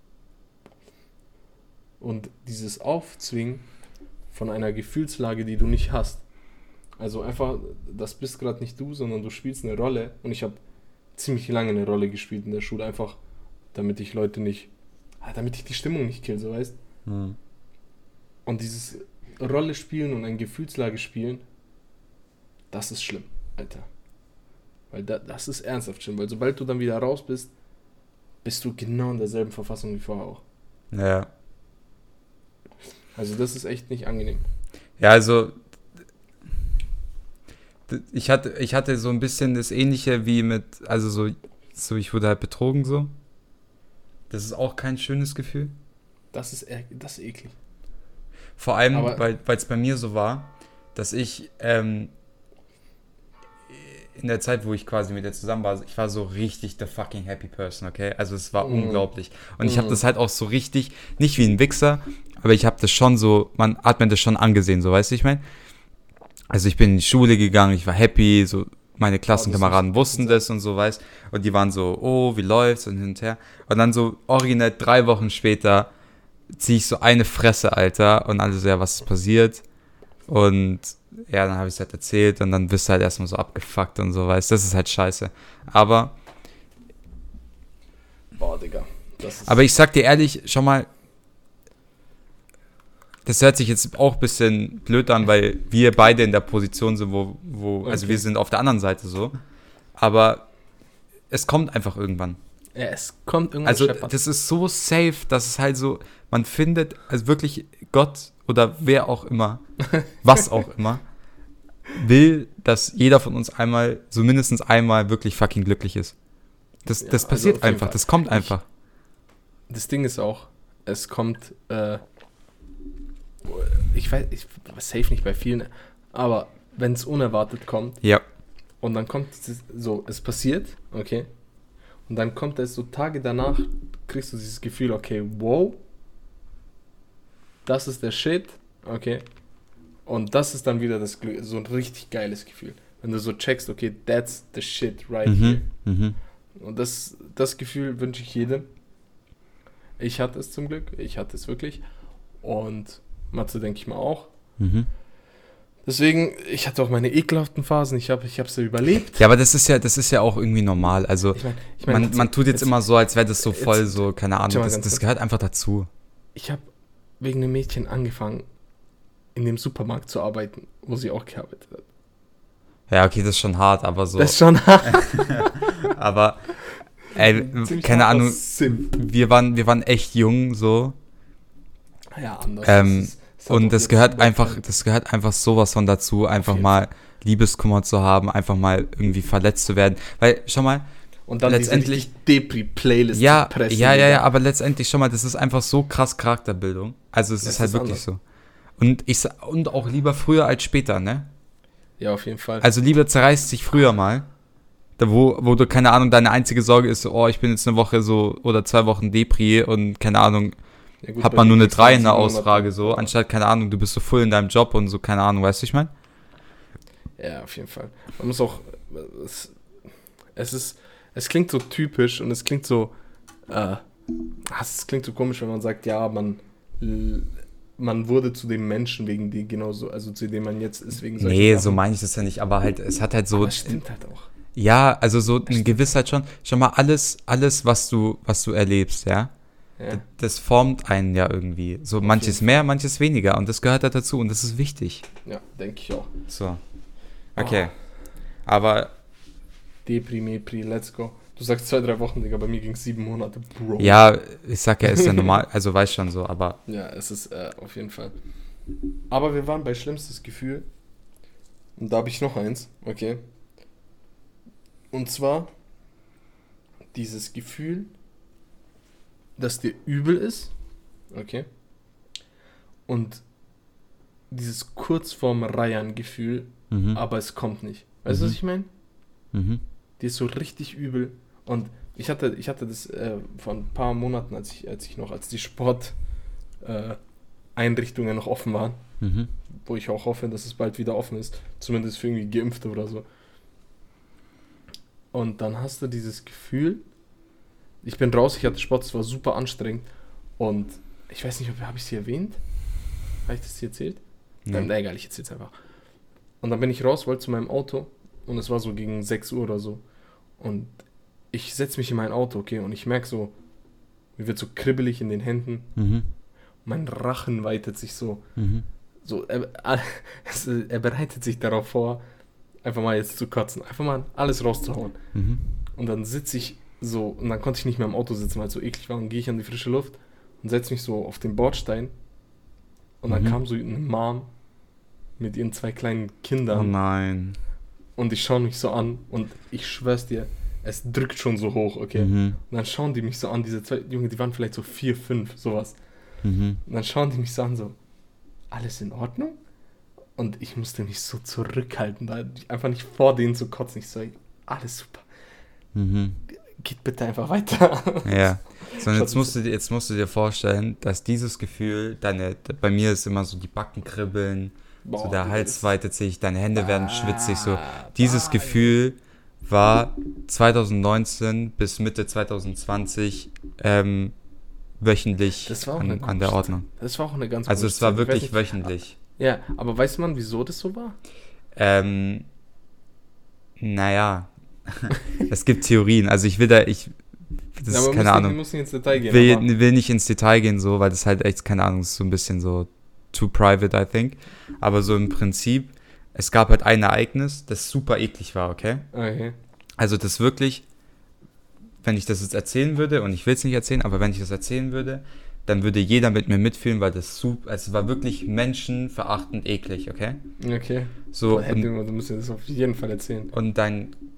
Und dieses Aufzwingen von einer Gefühlslage, die du nicht hast. Also einfach, das bist gerade nicht du, sondern du spielst eine Rolle. Und ich habe ziemlich lange eine Rolle gespielt in der Schule, einfach damit ich Leute nicht, ah, damit ich die Stimmung nicht kill, so weißt. Mhm. Und dieses Rolle spielen und eine Gefühlslage spielen, das ist schlimm, Alter. Weil da, das ist ernsthaft schlimm, weil sobald du dann wieder raus bist, bist du genau in derselben Verfassung wie vorher auch. Ja. Also das ist echt nicht angenehm. Ja, also d- ich hatte, ich hatte so ein bisschen das Ähnliche wie mit, also so, so ich wurde halt betrogen so. Das ist auch kein schönes Gefühl. Das ist, ehr- das ist eklig. Vor allem, Aber- weil es bei mir so war, dass ich ähm, in der Zeit, wo ich quasi mit dir zusammen war, ich war so richtig the fucking happy person, okay? Also es war Mhm. unglaublich. Und ich habe Mhm. das halt auch so richtig, nicht wie ein Wichser, aber ich habe das schon so, man hat mir das schon angesehen, so, weißt du, ich meine? Also ich bin in die Schule gegangen, ich war happy, so meine Klassenkameraden ist- wussten das und so, weißt, und die waren so, oh, wie läuft's und hin und her. Und dann so originell drei Wochen später ziehe ich so eine Fresse, Alter, und alle so, ja, was ist passiert? Und ja, dann habe ich es halt erzählt und dann bist du halt erstmal so abgefuckt und so, weißt, das ist halt scheiße. Aber, Boah, Digga. Das ist aber ich sag dir ehrlich, schau mal, das hört sich jetzt auch ein bisschen blöd an, weil wir beide in der Position sind, wo, wo also Okay. wir sind auf der anderen Seite so, aber es kommt einfach irgendwann. ja, es kommt irgendwas Also scheppert. das ist so safe, dass es halt so, man findet, also wirklich Gott oder wer auch immer, was auch immer, will, dass jeder von uns einmal, so mindestens einmal wirklich fucking glücklich ist. Das, Ja, das also passiert auf jeden einfach, Fall. das kommt Ich- einfach. Das Ding ist auch, es kommt, äh, ich weiß, ich safe nicht bei vielen, aber wenn es unerwartet kommt Ja. und dann kommt es so, es passiert, okay, und dann kommt es so Tage danach, kriegst du dieses Gefühl, okay, wow, das ist der Shit, okay, und das ist dann wieder das Glück, so ein richtig geiles Gefühl, wenn du so checkst, okay, that's the shit right here. Mhm. Mhm. Und das, das Gefühl wünsche ich jedem. Ich hatte es zum Glück, ich hatte es wirklich. Und Matze denke ich mal auch. Mhm. Deswegen, ich hatte auch meine ekelhaften Phasen, ich habe ich es ja überlebt. Ja, aber das ist ja, das ist ja auch irgendwie normal. Also Ich meine, ich mein, man, man tut jetzt, immer so, als wäre das so voll jetzt- so, keine schau Ahnung, mal das, ganz das kurz. gehört einfach dazu. ich habe wegen einem Mädchen angefangen, in dem Supermarkt zu arbeiten, wo sie auch gearbeitet hat. Ja, okay, das ist schon hart, aber so. Das ist schon Aber, ey, ziemlich keine harter Ahnung, Simp. wir waren, wir waren echt jung, so. Ja, anders. Ähm, Das ist- das hat Und auch das jetzt gehört ein einfach, Boyfriend. das gehört einfach sowas von dazu, einfach jeden mal Liebeskummer zu haben, einfach mal irgendwie verletzt zu werden. Weil, schau mal, Und dann letztendlich- diese Depri-Playlist ja, zu pressen. ja, ja, Digga. ja, aber letztendlich, schau mal, das ist einfach so krass Charakterbildung. Also es Das ist halt ist wirklich so. Und ich sa- und auch lieber früher als später, ne? Ja, auf jeden Fall. Also lieber zerreißt sich früher mal, da wo, wo du, keine Ahnung, deine einzige Sorge ist, so, oh, ich bin jetzt eine Woche so oder zwei Wochen Depri und keine Ahnung, Ja, gut, hat bei man mir nur eine kriegst du drei in sieben der Monate. Ausfrage, so, anstatt, keine Ahnung, du bist so voll in deinem Job und so, keine Ahnung, weißt du, ich mein? Ja, auf jeden Fall. Man muss auch. Es, es ist. Es klingt so typisch und es klingt so. Äh, es klingt so komisch, wenn man sagt, ja, man. Man wurde zu dem Menschen wegen die genauso, also zu dem man jetzt ist, wegen solchen Nee, Sachen. so meine ich das ja nicht, aber halt, es hat halt so. Aber das stimmt halt auch. Ja, also so eine stimmt. Gewissheit schon. Schau mal, alles, alles, was du, was du erlebst, ja, Ja. d- das formt einen ja irgendwie. So manches jeden mehr, manches weniger. Und das gehört halt dazu und das ist wichtig. Ja, denke ich auch. So. Okay. Aber Depri, Mepri, let's go. Du sagst zwei, drei Wochen, Digga, bei mir ging es sieben Monate, Bro. ja, ich sag ja, ist ja normal, also weiß schon so, aber Ja, es ist äh, auf jeden Fall. Aber wir waren bei schlimmstes Gefühl. Und da habe ich noch eins, okay. Und zwar dieses Gefühl, dass dir übel ist, okay. Und dieses kurz vorm Reiern-Gefühl, mhm. aber es kommt nicht. Weißt du, Mhm. was ich meine? Mhm. Die ist so richtig übel. Und ich hatte, ich hatte das äh, vor ein paar Monaten, als ich, als ich noch, als die Sport äh, Einrichtungen noch offen waren, Mhm. wo ich auch hoffe, dass es bald wieder offen ist, zumindest für irgendwie Geimpfte oder so. Und dann hast du dieses Gefühl, ich bin raus, ich hatte Sport, es war super anstrengend und ich weiß nicht, ob habe ich es hier erwähnt? Habe ich das hier erzählt? Nee. Na, egal, ich erzähl's einfach. Und dann bin ich raus, wollte zu meinem Auto und es war so gegen sechs Uhr oder so. Und ich setze mich in mein Auto, okay, und ich merke so, mir wird so kribbelig in den Händen. Mhm. Mein Rachen weitet sich so. Mhm. so er, es, er bereitet sich darauf vor, einfach mal jetzt zu kotzen. Einfach mal alles rauszuhauen. Mhm. Und dann sitze ich so, und dann konnte ich nicht mehr im Auto sitzen, weil es so eklig war. Und gehe ich an die frische Luft und setze mich so auf den Bordstein. Und dann Mhm. kam so eine Mom mit ihren zwei kleinen Oh Kindern. nein. Und die schauen mich so an und ich schwör's dir, es drückt schon so hoch, okay? Mhm. Und dann schauen die mich so an, diese zwei Junge, die waren vielleicht so vier, fünf, sowas. Mhm. Und dann schauen die mich so an, so, alles in Ordnung? Und ich musste mich so zurückhalten, da einfach nicht vor denen zu kotzen. Ich so, ey, alles super, Mhm. geht bitte einfach weiter. Ja. So, und jetzt Schatz, musst, du, dir- jetzt musst du dir vorstellen, dass dieses Gefühl, deine, bei mir ist immer so die Backen kribbeln, Boah, so der Digga, Hals das- weitet sich, deine Hände werden schwitzig, so. Ah, Dieses bah, Gefühl war zwanzig neunzehn bis Mitte zwanzig zwanzig ähm, wöchentlich Das war auch an, eine an der komische Ordnung. Das war auch eine ganz Also komische es war Zeit. Ich weiß wirklich nicht- wöchentlich. Ja, aber weiß man, wieso das so war? Ähm, naja, es gibt Theorien. Also ich will da, ich, das Ja, ist aber keine muss Ahnung. Nicht, muss nicht ins Detail gehen. will, aber, will nicht ins Detail gehen, so, weil das halt echt, keine Ahnung, ist so ein bisschen so too private, I think. Aber so im Prinzip, es gab halt ein Ereignis, das super eklig war, okay? okay. Also das wirklich, wenn ich das jetzt erzählen würde, und ich will es nicht erzählen, aber wenn ich das erzählen würde, dann würde jeder mit mir mitfühlen, weil das super, es war wirklich menschenverachtend eklig, okay? Okay. So, Boah, und, du musst mir das auf jeden Fall erzählen. und dein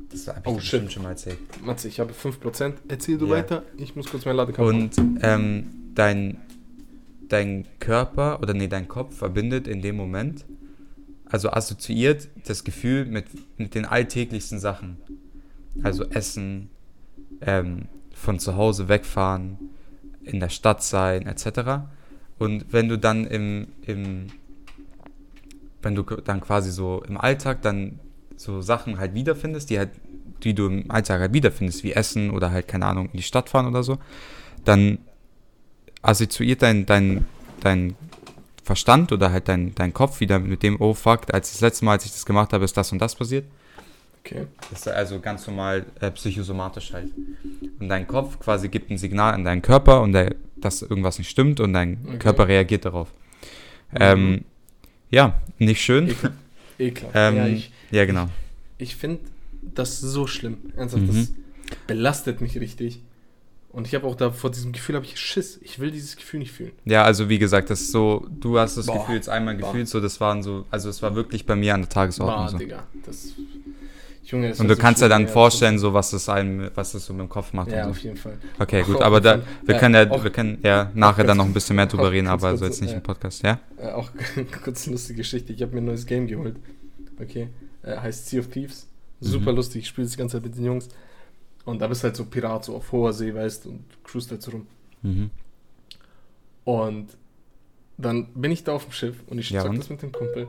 Das habe ich Oh, dir shit. bestimmt schon mal erzählt. Matze, ich habe fünf Prozent. Erzähl du Ja. weiter. Ich muss kurz mein Ladekabel machen. Und ähm, dein, dein Körper oder nee, dein Kopf verbindet in dem Moment, also assoziiert das Gefühl mit, mit den alltäglichsten Sachen. Also Essen, ähm, von zu Hause wegfahren, in der Stadt sein, et cetera. Und wenn du dann im, im wenn du dann quasi so im Alltag dann so Sachen halt wiederfindest, die halt, die du im Alltag halt wiederfindest, wie Essen oder halt, keine Ahnung, in die Stadt fahren oder so, dann assoziiert dein, dein, dein Verstand oder halt dein, dein Kopf wieder mit dem, oh fuck, als das letzte Mal, als ich das gemacht habe, ist das und das passiert. Okay. Das ist also ganz normal äh, psychosomatisch halt. Und dein Kopf quasi gibt ein Signal an deinen Körper, und der, dass irgendwas nicht stimmt, und dein Okay. Körper reagiert darauf. Mhm. Ähm, ja, nicht schön. Ekel, ekelhaft. Ähm, ja, ich, ja, genau. ich finde das so schlimm. Ernsthaft, Mhm. das belastet mich richtig. Und ich habe auch da vor diesem Gefühl habe ich Schiss. Ich will dieses Gefühl nicht fühlen. Ja, also wie gesagt, das ist so, du hast das Boah. Gefühl jetzt einmal Boah. gefühlt, so, das waren so, also es war wirklich bei mir an der Tagesordnung Boah, so. Digga. Das, Junge, das Und wird du so kannst dir schlimm, dann ja, vorstellen, so was das einem, was das so mit dem Kopf macht Ja, und auf so. jeden Fall. Okay, gut, Auf aber jeden da, Fall. wir Äh, können ja, auch- wir können ja nachher ganz dann noch ein kurz- bisschen mehr drüber auch reden, ganz aber so kurz, jetzt nicht äh, im Podcast, ja? Äh, auch kurz eine lustige Geschichte. Ich habe mir ein neues Game geholt. Okay. Äh, heißt Sea of Thieves. Super Mhm. lustig. Ich spiele das die ganze Zeit mit den Jungs. Und da bist du halt so Pirat, so auf hoher See, weißt du, und cruist halt so rum. Mhm. Und dann bin ich da auf dem Schiff und ich Ja, zock und? das mit dem Kumpel.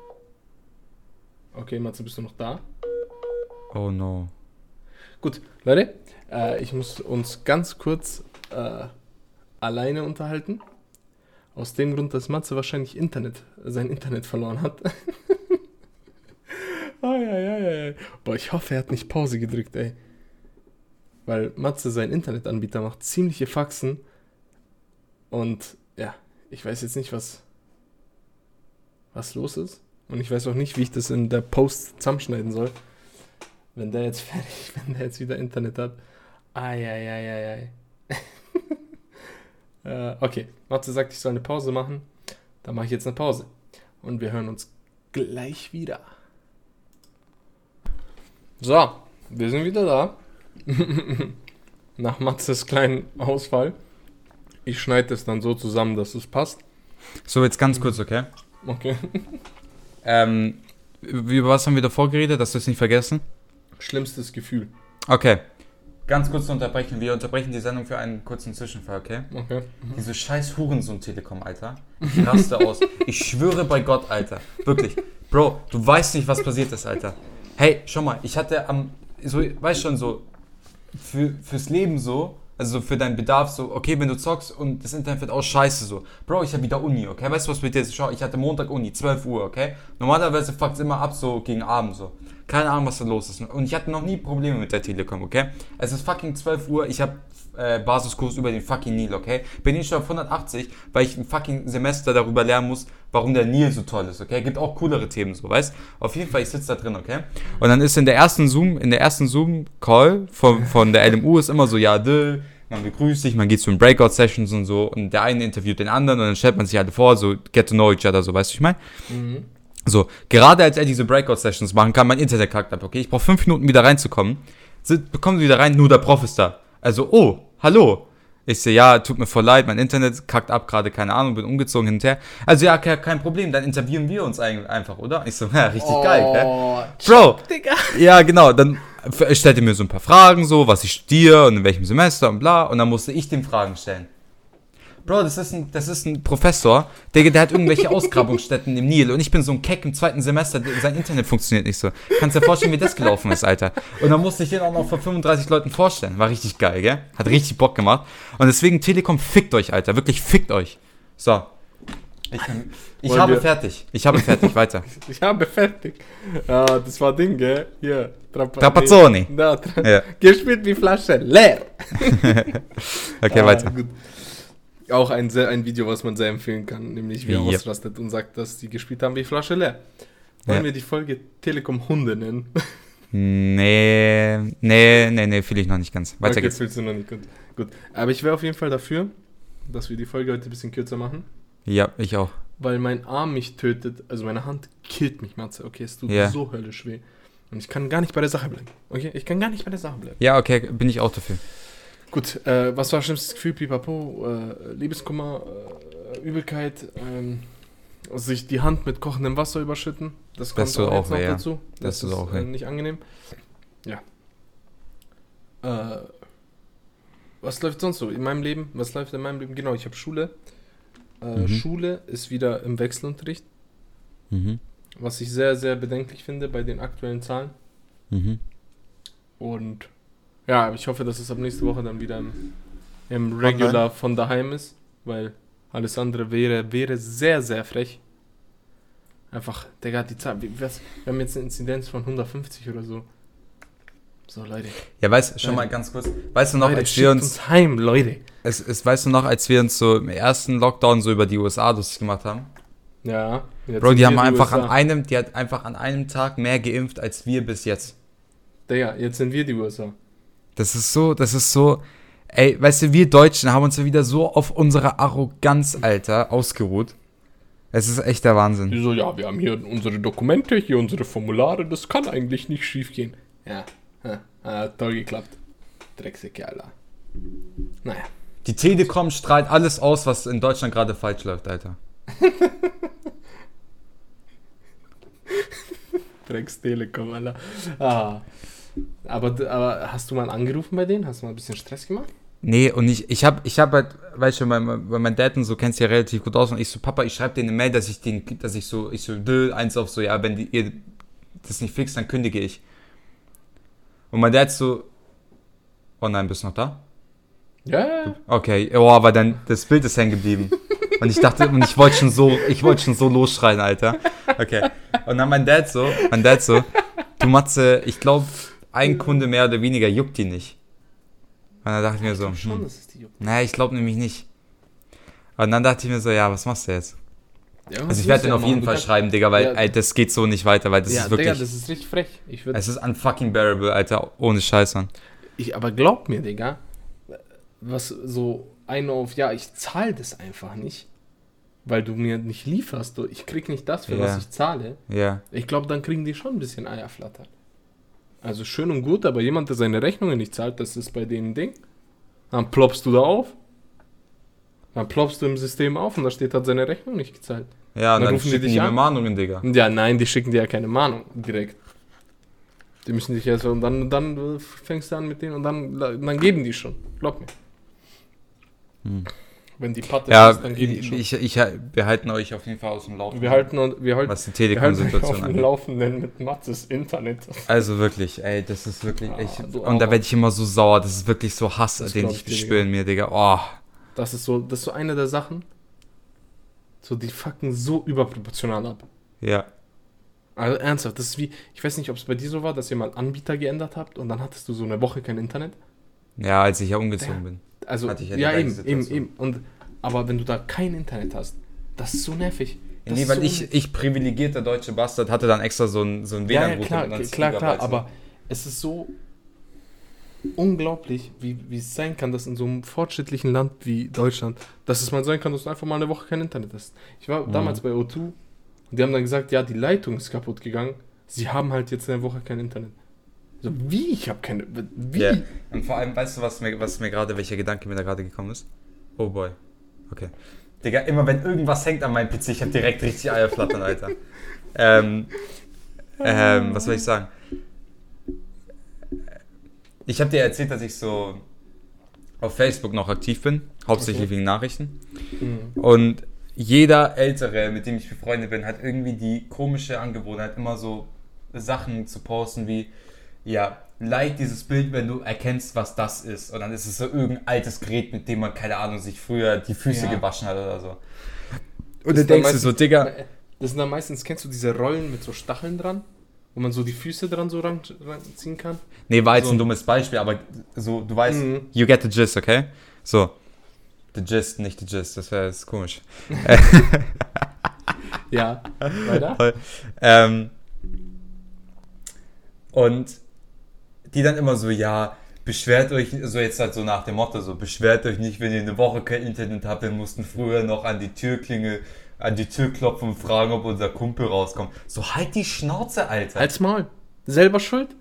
Okay, Matze, bist du noch da? Oh no. Gut, Leute, äh, ich muss uns ganz kurz äh, alleine unterhalten. Aus dem Grund, dass Matze wahrscheinlich Internet, sein Internet verloren hat. Oh, ja, ja, ja, ja. Boah, ich hoffe, er hat nicht Pause gedrückt, ey. Weil Matze, sein Internetanbieter, macht ziemliche Faxen. Und ja, ich weiß jetzt nicht, was, was los ist. Und ich weiß auch nicht, wie ich das in der Post zusammenschneiden soll. Wenn der jetzt fertig, wenn der jetzt wieder Internet hat. Eieieiei. äh, okay, Matze sagt, ich soll eine Pause machen. Dann mache ich jetzt eine Pause. Und wir hören uns gleich wieder. So, wir sind wieder da. Nach Matzes kleinen Ausfall. Ich schneide es dann so zusammen, dass es passt. So, jetzt ganz kurz, okay? Okay. Ähm, über was haben wir davor geredet, dass wir es nicht vergessen? Schlimmstes Gefühl. Okay. Ganz kurz zu unterbrechen. Wir unterbrechen die Sendung für einen kurzen Zwischenfall, okay? Okay. Diese scheiß Hurensohn-Telekom, Alter. Ich raste aus. Ich schwöre bei Gott, Alter. Wirklich. Bro, du weißt nicht, was passiert ist, Alter. Hey, schau mal, ich hatte am, so, weißt schon, so, für, fürs Leben so, also für deinen Bedarf so, okay, wenn du zockst und das Internet wird auch scheiße so. Bro, ich hab wieder Uni, okay? Weißt du, was mit dir ist? Schau, ich hatte Montag Uni, zwölf Uhr, okay? Normalerweise fuckt es immer ab so gegen Abend so. Keine Ahnung, was da los ist. Und ich hatte noch nie Probleme mit der Telekom, okay? Es ist fucking zwölf Uhr, ich hab äh, Basiskurs über den fucking Nil, okay? Bin ich schon auf hundertachtzig, weil ich ein fucking Semester darüber lernen muss, warum der Nil so toll ist, okay? Gibt auch coolere Themen so, weißt? Auf jeden Fall, ich sitze da drin, okay? Und dann ist in der ersten Zoom, in der ersten Zoom-Call von, von der L M U ist immer so, ja, dö, man begrüßt sich, man geht zu den Breakout-Sessions und so, und der eine interviewt den anderen und dann stellt man sich alle vor, so get to know each other, so, weißt du, ich meine? Mhm. So, gerade als er diese Breakout-Sessions machen kann, mein Internet kackt ab, okay? Ich brauche fünf Minuten wieder reinzukommen. Bekommen Sie wieder rein, nur der Prof ist da. Also, oh, hallo. Ich sehe, ja, tut mir voll leid, mein Internet kackt ab, gerade, keine Ahnung, bin umgezogen hin und her. Also, ja, kein Problem, dann interviewen wir uns eigentlich einfach, oder? Ich so, ja, richtig Oh, geil, gell? Bro, Digga. ja, genau, dann stellte mir so ein paar Fragen, so, was ich studiere und in welchem Semester und bla, und dann musste ich dem Fragen stellen. Bro, das ist ein, das ist ein Professor, der, der hat irgendwelche Ausgrabungsstätten im Nil und ich bin so ein Keck im zweiten Semester, sein Internet funktioniert nicht so. Kannst dir vorstellen, wie das gelaufen ist, Alter. Und dann musste ich den auch noch vor fünfunddreißig Leuten vorstellen. War richtig geil, gell? Hat richtig Bock gemacht. Und deswegen, Telekom, fickt euch, Alter. Wirklich, fickt euch. So. Ich, ich Wollen habe wir- fertig. Ich habe fertig, weiter. Ich habe fertig. Ja, das war Ding, gell? Hier. Trapa- Trapazzoni. Da, tra- Ja. Gespielt wie Flasche leer. Okay, Ah, weiter. gut. Auch ein, sehr, ein Video, was man sehr empfehlen kann, nämlich wie er Yep. ausrastet und sagt, dass die gespielt haben wie Flasche leer. Wollen Ja. wir die Folge Telekom Hunde nennen? Nee, nee, nee, nee, fühle ich noch nicht ganz. Weiter Okay, geht's. fühlst du noch nicht gut. Gut. Aber ich wäre auf jeden Fall dafür, dass wir die Folge heute ein bisschen kürzer machen, Ja, ich auch. weil mein Arm mich tötet, also meine Hand killt mich, Matze. Okay, es tut Ja. so höllisch weh. Und ich kann gar nicht bei der Sache bleiben. Okay? Ich kann gar nicht bei der Sache bleiben. Ja, okay, bin ich auch dafür. Gut, äh, was war schlimmstes Gefühl? Pipapo, äh, Liebeskummer, äh, Übelkeit, ähm, sich die Hand mit kochendem Wasser überschütten. Das kommt Das tut auch, auch jetzt noch weh, ja. dazu. Das Das, tut ist auch weh. äh, nicht angenehm. Ja. Äh, was läuft sonst so in meinem Leben? Was läuft in meinem Leben? Genau, ich habe Schule. Äh, Mhm. Schule ist wieder im Wechselunterricht, Mhm. was ich sehr, sehr bedenklich finde bei den aktuellen Zahlen. Mhm. Und ja, ich hoffe, dass es ab nächste Woche dann wieder im, im Regular von daheim ist, weil alles andere wäre, wäre sehr, sehr frech. Einfach, Digga, die Zahl, wir, was, wir haben jetzt eine Inzidenz von hundertfünfzig oder so. So, Leute. Ja, weißt schon Leute. mal ganz kurz, weißt du noch, Leute, als schickt wir uns, uns heim, Leute. es, es, weißt du noch, als wir uns so im ersten Lockdown so über die U S A lustig gemacht haben? Ja. jetzt Bro, sind die wir haben einfach U S A. an einem, die hat einfach an einem Tag mehr geimpft als wir bis jetzt. Digga, jetzt sind wir die U S A. Das ist so, das ist so, ey, weißt du, wir Deutschen haben uns ja wieder so auf unsere Arroganz, Alter, ausgeruht. Es ist echt der Wahnsinn. Die so, ja, wir haben hier unsere Dokumente, hier unsere Formulare, das kann eigentlich nicht schief gehen. Ja, ja, hat toll geklappt. Drecksäcke, Alter. Naja. Die Telekom strahlt alles aus, was in Deutschland gerade falsch läuft, Alter. Drecks Telekom, Alter. Ah. Aber, aber hast du mal angerufen bei denen? Hast du mal ein bisschen Stress gemacht? Nee, und ich, ich hab, ich hab halt, weißt du, mein, mein, mein Dad und so kennt sich ja relativ gut aus und ich so, Papa, ich schreib denen eine Mail, dass ich den, dass ich so, ich so, dö, eins auf so, ja, wenn die, ihr das nicht fixt, dann kündige ich. Und mein Dad so, oh nein, bist du noch da? Ja, ja. Okay, oh, aber dann, das Bild ist hängen geblieben. Und ich dachte, und ich wollte schon so, ich wollte schon so losschreien, Alter. Okay. Und dann mein Dad so, mein Dad so, du Matze, ich glaube, ein Kunde mehr oder weniger juckt die nicht. Und dann dachte ich mir so, Schon, hm, dass es die juckt. naja, ich glaube nämlich nicht. Und dann dachte ich mir so, ja, was machst du jetzt? Ja, Also ich werde den auf jeden Fall schreiben, Digga, weil Ja. ey, das geht so nicht weiter, weil das ja, ist wirklich, Digga, das ist richtig frech. Ich würd, es ist unfucking bearable, Alter, ohne Scheiß an. ich, aber glaub mir, Digga, was so eine auf, ja, ich zahle das einfach nicht, weil du mir nicht lieferst. Du, ich krieg nicht das, für Ja. was ich zahle. Ja, Ich glaube, dann kriegen die schon ein bisschen Eierflatter. Also schön und gut, aber jemand, der seine Rechnungen nicht zahlt, das ist bei denen ein Ding. Dann ploppst du da auf. Dann ploppst du im System auf und da steht, hat seine Rechnung nicht gezahlt. ja, und Dann dann rufen die schicken dich die mir an? Mahnungen, Digga. Ja, nein, die schicken dir ja keine Mahnung direkt. Die müssen dich erst und dann, dann äh, fängst du an mit denen und dann, dann geben die schon. Glaub mir. Hm. Wenn die Patte Ja, ist, dann geben die schon. ich, ich, wir halten euch auf jeden Fall aus dem Laufen. wir halten, und- wir halten, was die wir halten euch auf Telekom-Situation dem angeht. Laufenden mit Matzes Internet. Also wirklich, ey, das ist wirklich, Ah, ich, du und da Armer. werde ich immer so sauer, das ist wirklich so Hass, Das den glaub ich ich dir, bespüre in mir, Digga. Oh, Das ist so, das ist so eine der Sachen. So, die fucken so überproportional ab. ja. Also ernsthaft, das ist wie, ich weiß nicht, ob es bei dir so war, dass ihr mal Anbieter geändert habt und dann hattest du so eine Woche kein Internet. Ja, als ich ja umgezogen bin. Also, Hatte ich ja ja, die eben, gleiche eben, Situation. eben. Und, aber wenn du da kein Internet hast, das ist so nervig. Das Nee, ist weil so ich, nervig. ich privilegierter deutsche Bastard hatte dann extra so ein, so ein W Ja, L A ja, N-Router klar, mit neunzig klar, klar, Gigabyte, aber es ist so unglaublich, wie, wie es sein kann, dass in so einem fortschrittlichen Land wie Deutschland, dass es mal sein kann, dass du einfach mal eine Woche kein Internet hast. Ich war Mhm. damals bei O zwei und die haben dann gesagt, ja, die Leitung ist kaputt gegangen. Sie haben halt jetzt eine Woche kein Internet. So, wie? Ich habe keine. Wie? Ja. Und vor allem, weißt du, was mir, was mir gerade, welcher Gedanke mir da gerade gekommen ist? Oh boy. Okay. Digga, immer wenn irgendwas hängt an meinem P C, ich hab direkt richtig Eierflattern, Alter. ähm, ähm, was soll ich sagen? Ich habe dir erzählt, dass ich so auf Facebook noch aktiv bin, hauptsächlich Okay. wegen Nachrichten. Mhm. Und jeder Ältere, mit dem ich befreundet bin, hat irgendwie die komische Angewohnheit, immer so Sachen zu posten wie, ja, like dieses Bild, wenn du erkennst, was das ist. Und dann ist es so irgendein altes Gerät, mit dem man, keine Ahnung, sich früher die Füße Ja. gewaschen hat oder so. Das Und ist dann denkst dann du meistens- so, Digga, Das sind dann meistens, kennst du diese Rollen mit so Stacheln dran? Wo man so die Füße dran so ran, ranziehen kann? nee, war jetzt so- ein dummes Beispiel, aber so, du weißt, Mhm. you get the gist, okay? So, the gist, nicht the gist, das wäre jetzt komisch. Ja. Weiter? Toll. Ähm, und die dann immer so, ja, beschwert euch, so jetzt halt so nach dem Motto, so, beschwert euch nicht, wenn ihr eine Woche kein Internet habt, wir mussten früher noch an die Türklingel, an die Tür klopfen und fragen, ob unser Kumpel rauskommt. So, halt die Schnauze, Alter. Halt's Maul. Selber schuld?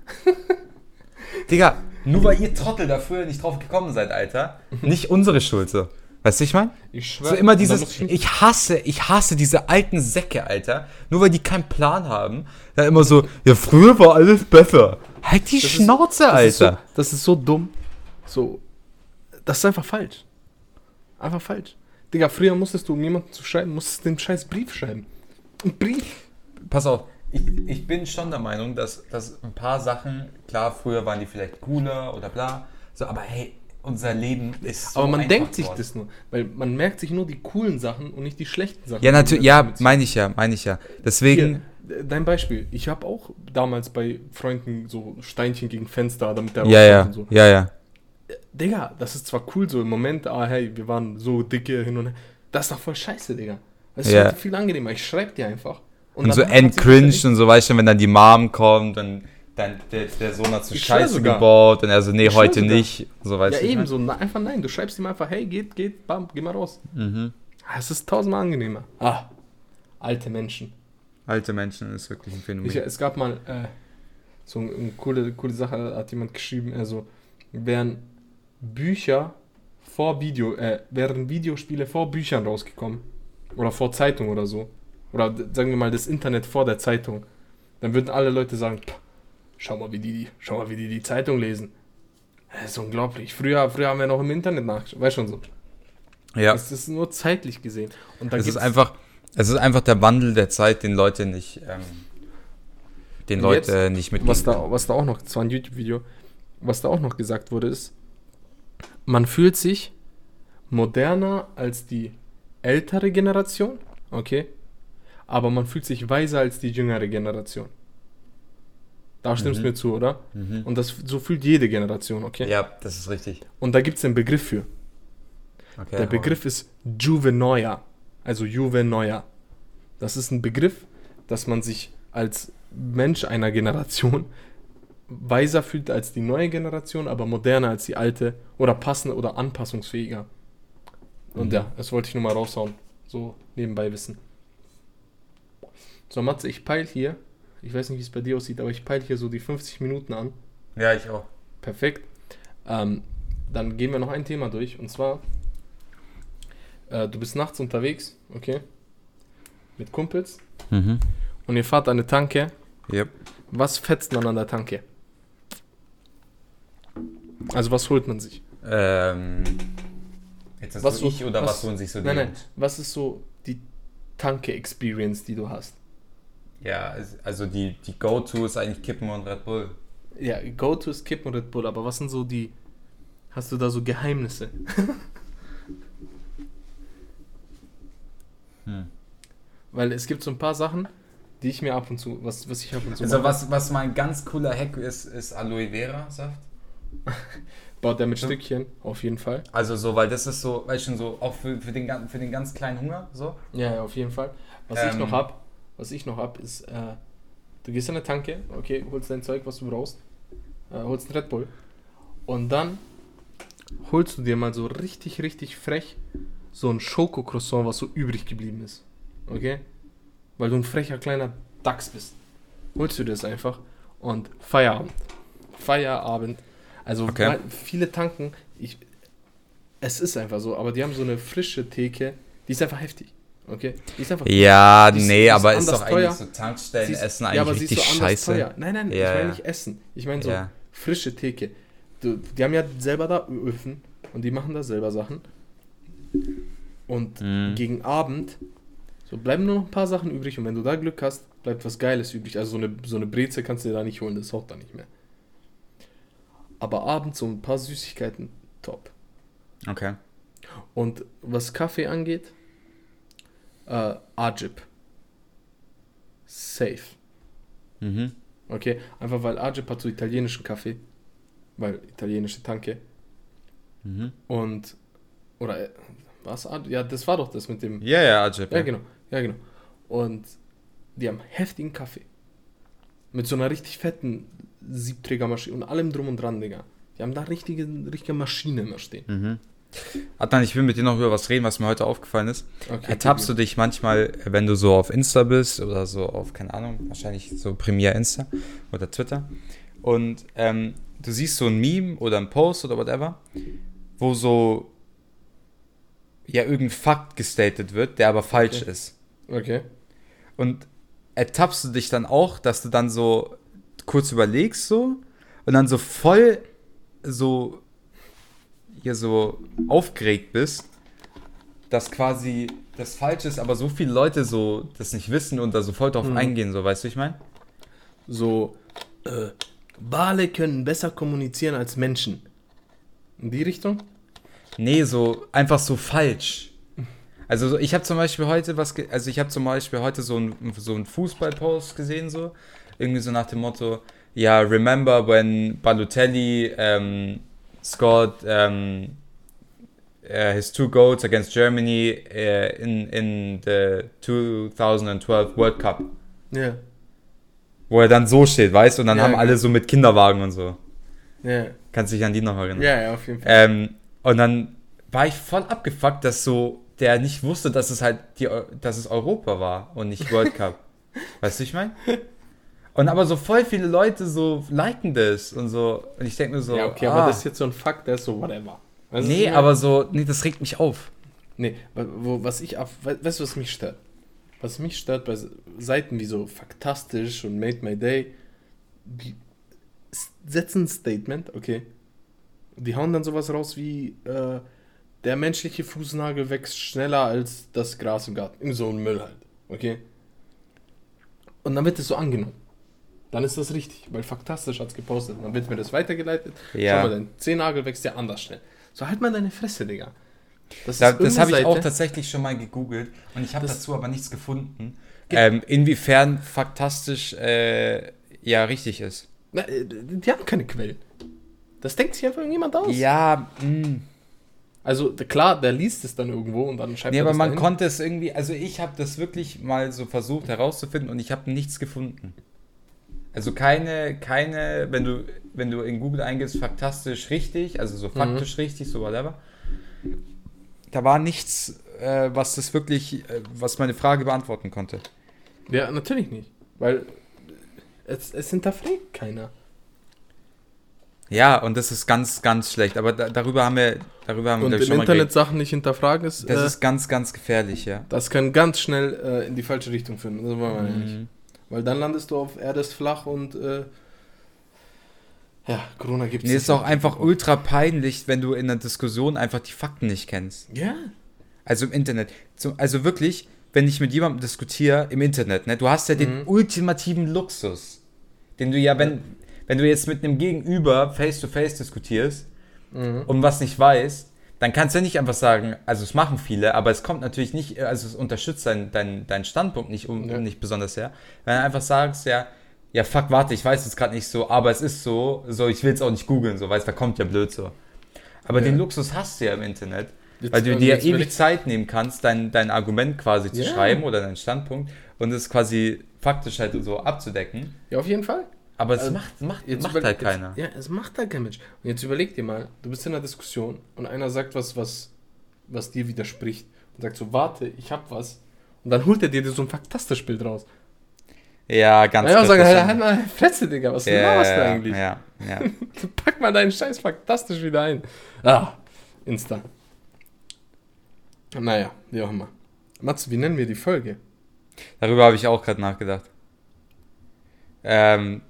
Digga, nur weil ihr Trottel da früher nicht drauf gekommen seid, Alter. Nicht unsere Schuld, so. Weißt du, ich mein? Ich schwör. So immer dieses, ich, ich hasse, ich hasse diese alten Säcke, Alter. Nur weil die keinen Plan haben. Dann immer so, ja, früher war alles besser. Halt die das Schnauze, ist, das Alter. Ist so, das ist so dumm. So, das ist einfach falsch. Einfach falsch. Digga, früher musstest du, um jemanden zu schreiben, musstest du den scheiß Brief schreiben. Ein Brief. Pass auf, ich, ich bin schon der Meinung, dass, dass ein paar Sachen, klar, früher waren die vielleicht cooler oder bla, so, aber hey, unser Leben ist so Aber man einfach denkt sich geworden. das nur, weil man merkt sich nur die coolen Sachen und nicht die schlechten Sachen. Ja, natürlich, ja, Damit- meine ich ja, meine ich ja. Deswegen, Hier, dein Beispiel. Ich habe auch damals bei Freunden so Steinchen gegen Fenster, damit der ja, ja, rauskommt und so. ja, ja. Digga, das ist zwar cool so im Moment, ah hey, wir waren so dicke hin und her. Das ist doch voll scheiße, Digga. Das ist Ja. heute viel angenehmer. Ich schreib dir einfach. Und so danach hat sich das entcringed echt- und so, weißt du, wenn dann die Mom kommt, dann, dann der, der Sohn hat so Ich schwör Scheiße sogar. gebaut und er so, nee, Ich schwör heute sogar. nicht. So, weißt Ja, du, ich eben mein? so. Na, einfach nein. Du schreibst ihm einfach, hey, geht, geht, bam, geh mal raus. Mhm. Ah, es ist tausendmal angenehmer. Ah, alte Menschen. Alte Menschen ist wirklich ein Phänomen. Ich, es gab mal äh, so eine, eine coole, coole Sache, hat jemand geschrieben, also wären Bücher vor Video, äh, wären Videospiele vor Büchern rausgekommen oder vor Zeitung oder so, oder d- sagen wir mal das Internet vor der Zeitung, dann würden alle Leute sagen, "Pah, schau mal, wie die, schau mal, wie die die Zeitung lesen. Das ist unglaublich. Früher, früher haben wir noch im Internet nachgeschaut, weißt schon so. ja, Es ist nur zeitlich gesehen. Und dann es ist gibt's- einfach, es ist einfach der Wandel der Zeit, den Leute nicht, ähm, den Und Leute jetzt, nicht mitgehen was da, können. was da auch noch, das war ein YouTube-Video, was da auch noch gesagt wurde, ist, man fühlt sich moderner als die ältere Generation, okay, aber man fühlt sich weiser als die jüngere Generation. Da stimmst du Mhm. mir zu, oder? Mhm. Und das so fühlt jede Generation, okay? Ja, das ist richtig. Und da gibt es einen Begriff für. Okay, Der Begriff ist Juvenoia, also Juvenoia. Das ist ein Begriff, dass man sich als Mensch einer Generation weiser fühlt als die neue Generation, aber moderner als die alte oder passender oder anpassungsfähiger. Und Mhm. ja, das wollte ich nur mal raushauen. So nebenbei wissen. So, Matze, ich peil hier, ich weiß nicht, wie es bei dir aussieht, aber ich peil hier so die fünfzig Minuten an. Ja, ich auch. Perfekt. Ähm, dann gehen wir noch ein Thema durch. Und zwar, äh, du bist nachts unterwegs, okay? Mit Kumpels. Mhm. Und ihr fahrt an eine Tanke. Yep. Was fetzt man an der Tanke? Also was holt man sich? Ähm, jetzt ist Was das so- ich oder was- was holen sich so die Nein, nein. Jungs? Was ist so die Tanke-Experience, die du hast? Ja, es- also die, die Go-To ist eigentlich Kippen und Red Bull. Ja, Go-To ist Kippen und Red Bull, aber was sind so die... Hast du da so Geheimnisse? Hm. Weil es gibt so ein paar Sachen, die ich mir ab und zu... Was, was ich ab und zu Also mache. was, was mein ganz cooler Hack ist, ist Aloe Vera Saft. Baut der mit Stückchen, auf jeden Fall. Also so, weil das ist so, weißt du schon, so auch für, für, den, gan- für den ganz kleinen Hunger, so. Ja, ja, auf jeden Fall. Was ich Ähm. noch hab, was ich noch hab, ist, äh, du gehst an eine Tanke, okay, holst dein Zeug, was du brauchst, äh, holst einen Red Bull und dann holst du dir mal so richtig, richtig frech so ein Schoko-Croissant, was so übrig geblieben ist, okay? Weil du ein frecher kleiner Dachs bist. Holst du dir das einfach und Feierabend. Feierabend. Also Okay. weil viele tanken, ich, es ist einfach so, aber die haben so eine frische Theke, die ist einfach heftig, okay? Die ist einfach Ja, Die ist- nee, die ist aber ist anders doch teuer. eigentlich so Tankstellen Sie ist- essen ja, eigentlich aber sie ist richtig so anders scheiße. teuer. Nein, nein, Ja, ich meine ja. nicht Essen. Ich meine so Ja. frische Theke. Du, die haben ja selber da Öfen und die machen da selber Sachen. Und Mhm. gegen Abend so bleiben nur noch ein paar Sachen übrig und wenn du da Glück hast, bleibt was Geiles übrig. Also so eine, so eine Breze kannst du dir da nicht holen, das haut da nicht mehr. Aber abends so ein paar Süßigkeiten, top. Okay. Und was Kaffee angeht, äh, Ajip. Safe. Mhm. Okay, einfach weil Ajip hat so italienischen Kaffee, weil italienische Tanke Mhm. und oder äh, was? Ajip? Ja, das war doch das mit dem. Ja, ja, Ajip. Ja, genau, ja genau. Und die haben heftigen Kaffee mit so einer richtig fetten Siebträgermaschine und allem drum und dran, Digga. Die haben da richtige, richtige Maschine immer stehen. Mhm. Adnan, ich will mit dir noch über was reden, was mir heute aufgefallen ist. Okay, Ertappst du dich manchmal, wenn du so auf Insta bist oder so auf, keine Ahnung, wahrscheinlich so Premiere Insta oder Twitter und ähm, du siehst so ein Meme oder ein Post oder whatever, wo so ja irgendein Fakt gestatet wird, der aber falsch Okay. ist. Okay. Und ertappst du dich dann auch, dass du dann so kurz überlegst so und dann so voll so hier so aufgeregt bist, dass quasi das falsch ist, aber so viele Leute so das nicht wissen und da so voll drauf Mhm. eingehen, so, weißt du, ich meine? So, äh, Wale können besser kommunizieren als Menschen. In die Richtung? Nee, so einfach so falsch. Also so, ich habe zum Beispiel heute was, ge- also ich habe zum Beispiel heute so ein so ein Fußballpost gesehen, so irgendwie so nach dem Motto, ja, remember when Balotelli um, scored um, uh, his two goals against Germany uh, in in the twenty twelve World Cup, Ja. wo er dann so steht, weißt du, und dann Ja, haben genau. alle so mit Kinderwagen und so. Ja. Kannst dich an die noch erinnern? Ja, ja, auf jeden Fall. Ähm, und dann war ich voll abgefuckt, dass so der nicht wusste, dass es halt die, Eu- dass es Europa war und nicht World Cup. Weißt du, ich meine? Und aber so voll viele Leute so liken das und so. Und ich denke mir so, ja, okay, ah, aber das ist jetzt so ein Fakt, der ist so whatever. Weißt du, was nee, ich meine? aber so, nee, das regt mich auf. Nee, wa- wo, was ich auf, we- weißt du, was mich stört? Was mich stört bei Seiten wie so Faktastisch und Made My Day, die s- setzen ein Statement, okay. Die hauen dann sowas raus wie, äh, der menschliche Fußnagel wächst schneller als das Gras im Garten. Irgend so ein Müll halt, okay. Und dann wird es so angenommen. Dann ist das richtig, weil Faktastisch hat es gepostet. Dann wird mir das weitergeleitet. Ja. Schau mal, dein Zehennagel wächst ja anders schnell. So, halt mal deine Fresse, Digga. Das, Da, ist das habe ich irgendeine auch Seite- tatsächlich schon mal gegoogelt und ich habe Das- dazu aber nichts gefunden, Ge- ähm, inwiefern faktastisch äh, ja richtig ist. Na, äh, die haben keine Quellen. Das denkt sich einfach irgendjemand aus. Ja, mh. Also d- klar, der liest es dann irgendwo und dann schreibt Nee, er aber das man dahin. konnte es irgendwie, also ich habe das wirklich mal so versucht herauszufinden und ich habe nichts gefunden. Also keine, keine, wenn du, wenn du in Google eingibst, faktastisch richtig, also so faktisch richtig, so whatever, da war nichts, äh, was das wirklich, äh, was meine Frage beantworten konnte. Ja, natürlich nicht. Weil es, es hinterfragt keiner. Ja, und das ist ganz, ganz schlecht, aber da, darüber haben wir, darüber haben Und wir glaub ich, im schon mal Internet geredet. Sachen nicht hinterfragen ist, Das äh, ist ganz, ganz gefährlich, ja. das kann ganz schnell äh, in die falsche Richtung führen. Das wollen wir ja nicht. Mhm. Weil dann landest du auf Erde ist flach und äh, ja, Corona gibt es Nee, ist auch einfach ultra peinlich, wenn du in einer Diskussion einfach die Fakten nicht kennst. Ja. Also im Internet. Zum, also wirklich, wenn ich mit jemandem diskutiere im Internet, ne, du hast ja den Mhm. ultimativen Luxus, den du ja, wenn, wenn du jetzt mit einem Gegenüber face-to-face diskutierst Mhm. und was nicht weißt, dann kannst du ja nicht einfach sagen, also es machen viele, aber es kommt natürlich nicht, also es unterstützt deinen dein, dein Standpunkt nicht, um, Ja. nicht besonders sehr. Wenn du einfach sagst, ja, ja fuck, warte, ich weiß jetzt gerade nicht so, aber es ist so, so ich will es auch nicht googeln, so, weißt du, da kommt ja blöd so. Aber Ja. den Luxus hast du ja im Internet. Jetzt- Weil du also dir jetzt ewig überleg- Zeit nehmen kannst, dein, dein Argument quasi zu Ja. schreiben oder deinen Standpunkt und es quasi faktisch halt so abzudecken. Ja, auf jeden Fall. Aber es Also, macht, macht, Jetzt macht überle- halt keiner. Jetzt, ja, es macht halt kein Mensch. Und jetzt überleg dir mal, du bist in einer Diskussion und einer sagt was, was, was dir widerspricht und sagt so, warte, ich hab was. Und dann holt er dir so ein faktastisch Bild raus. Ja, ganz Ja, sagen, kritisch. halt, halt mal Fresse, Digga, was ja, laberst du ja, eigentlich? ja, ja. Pack mal deinen Scheiß faktastisch wieder ein. Ah, Insta. Naja, wie auch immer. Mats, wie nennen wir die Folge? Darüber habe ich auch gerade nachgedacht. Ähm,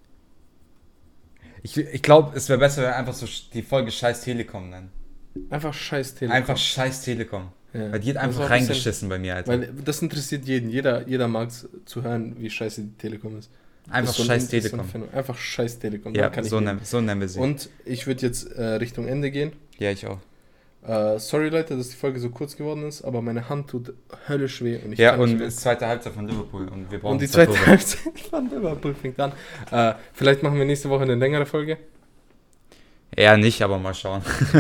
ich ich glaube, es wäre besser, wenn wir einfach so die Folge Scheiß Telekom nennen. Einfach Scheiß Telekom. Einfach Scheiß Telekom. Ja. Weil die hat Das einfach war ein bisschen- reingeschissen bei mir, Alter. Weil das interessiert jeden. Jeder, jeder mag es zu hören, wie scheiße die Telekom ist. Einfach Das ist so ein- Scheiß das ist so ein Telekom. Phänomen. Einfach Scheiß Telekom. Ja, Damit kann ich so leben. nennen, so nennen wir sie. Und ich würde jetzt äh, Richtung Ende gehen. ja, ich auch. Äh, sorry Leute, dass die Folge so kurz geworden ist, aber meine Hand tut höllisch weh. Und ich Ja, kann nicht und mehr. es ist zweite Halbzeit von Liverpool und wir brauchen Und die zwei zweite Tore. Halbzeit von Liverpool fängt an. Äh, vielleicht machen wir nächste Woche eine längere Folge. Eher nicht, aber mal schauen.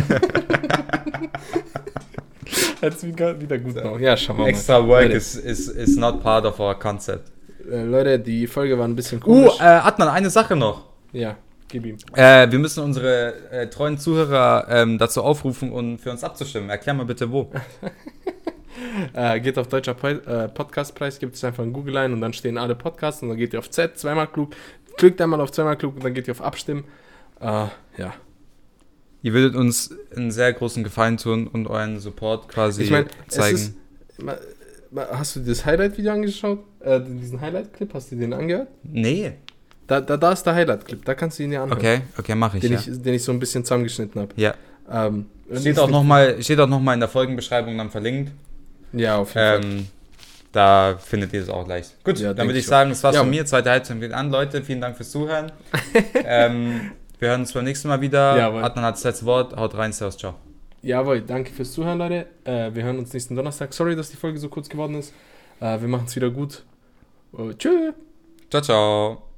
Jetzt wieder, wieder gut noch. Ja, schauen wir mal. Extra work Leute, is, is, is not part of our concept. äh, Leute, die Folge war ein bisschen Uh, komisch. äh, Adnan, eine Sache noch. ja. Gib ihm. Äh, wir müssen unsere äh, treuen Zuhörer ähm, dazu aufrufen, um für uns abzustimmen. Erklär mal bitte, wo. äh, geht auf Deutscher po- äh, Podcastpreis, gibt es einfach in Google ein und dann stehen alle Podcasts und dann geht ihr auf Z, zweimal klug, klickt einmal auf zweimal klug und dann geht ihr auf Abstimmen. Äh, ja. Ihr würdet uns einen sehr großen Gefallen tun und euren Support quasi Ich mein, zeigen. es ist, ma- ma- hast du das Highlight-Video angeschaut? Äh, diesen Highlight-Clip, hast du den angehört? Nee. Da, da, da ist der Highlight-Clip, da kannst du ihn ja anhören. Okay, okay, mache ich, Den, ja. ich. den ich so ein bisschen zusammengeschnitten habe. Ja. Ähm, Steht auch nochmal noch mal in der Folgenbeschreibung dann verlinkt. Ja, auf jeden Fall. Ähm, da findet ihr es auch gleich. Gut, Ja, dann denk würde ich ich sagen, das war's Ja. von mir. Zweite Halbzeit geht an. Leute, vielen Dank fürs Zuhören. ähm, wir hören uns beim nächsten Mal wieder. Jawohl. Adnan hat das letzte Wort. Haut rein, servus, ciao. Jawohl, danke fürs Zuhören, Leute. Äh, wir hören uns nächsten Donnerstag. Sorry, dass die Folge so kurz geworden ist. Äh, wir machen es wieder gut. Äh, tschüss. Ciao, ciao.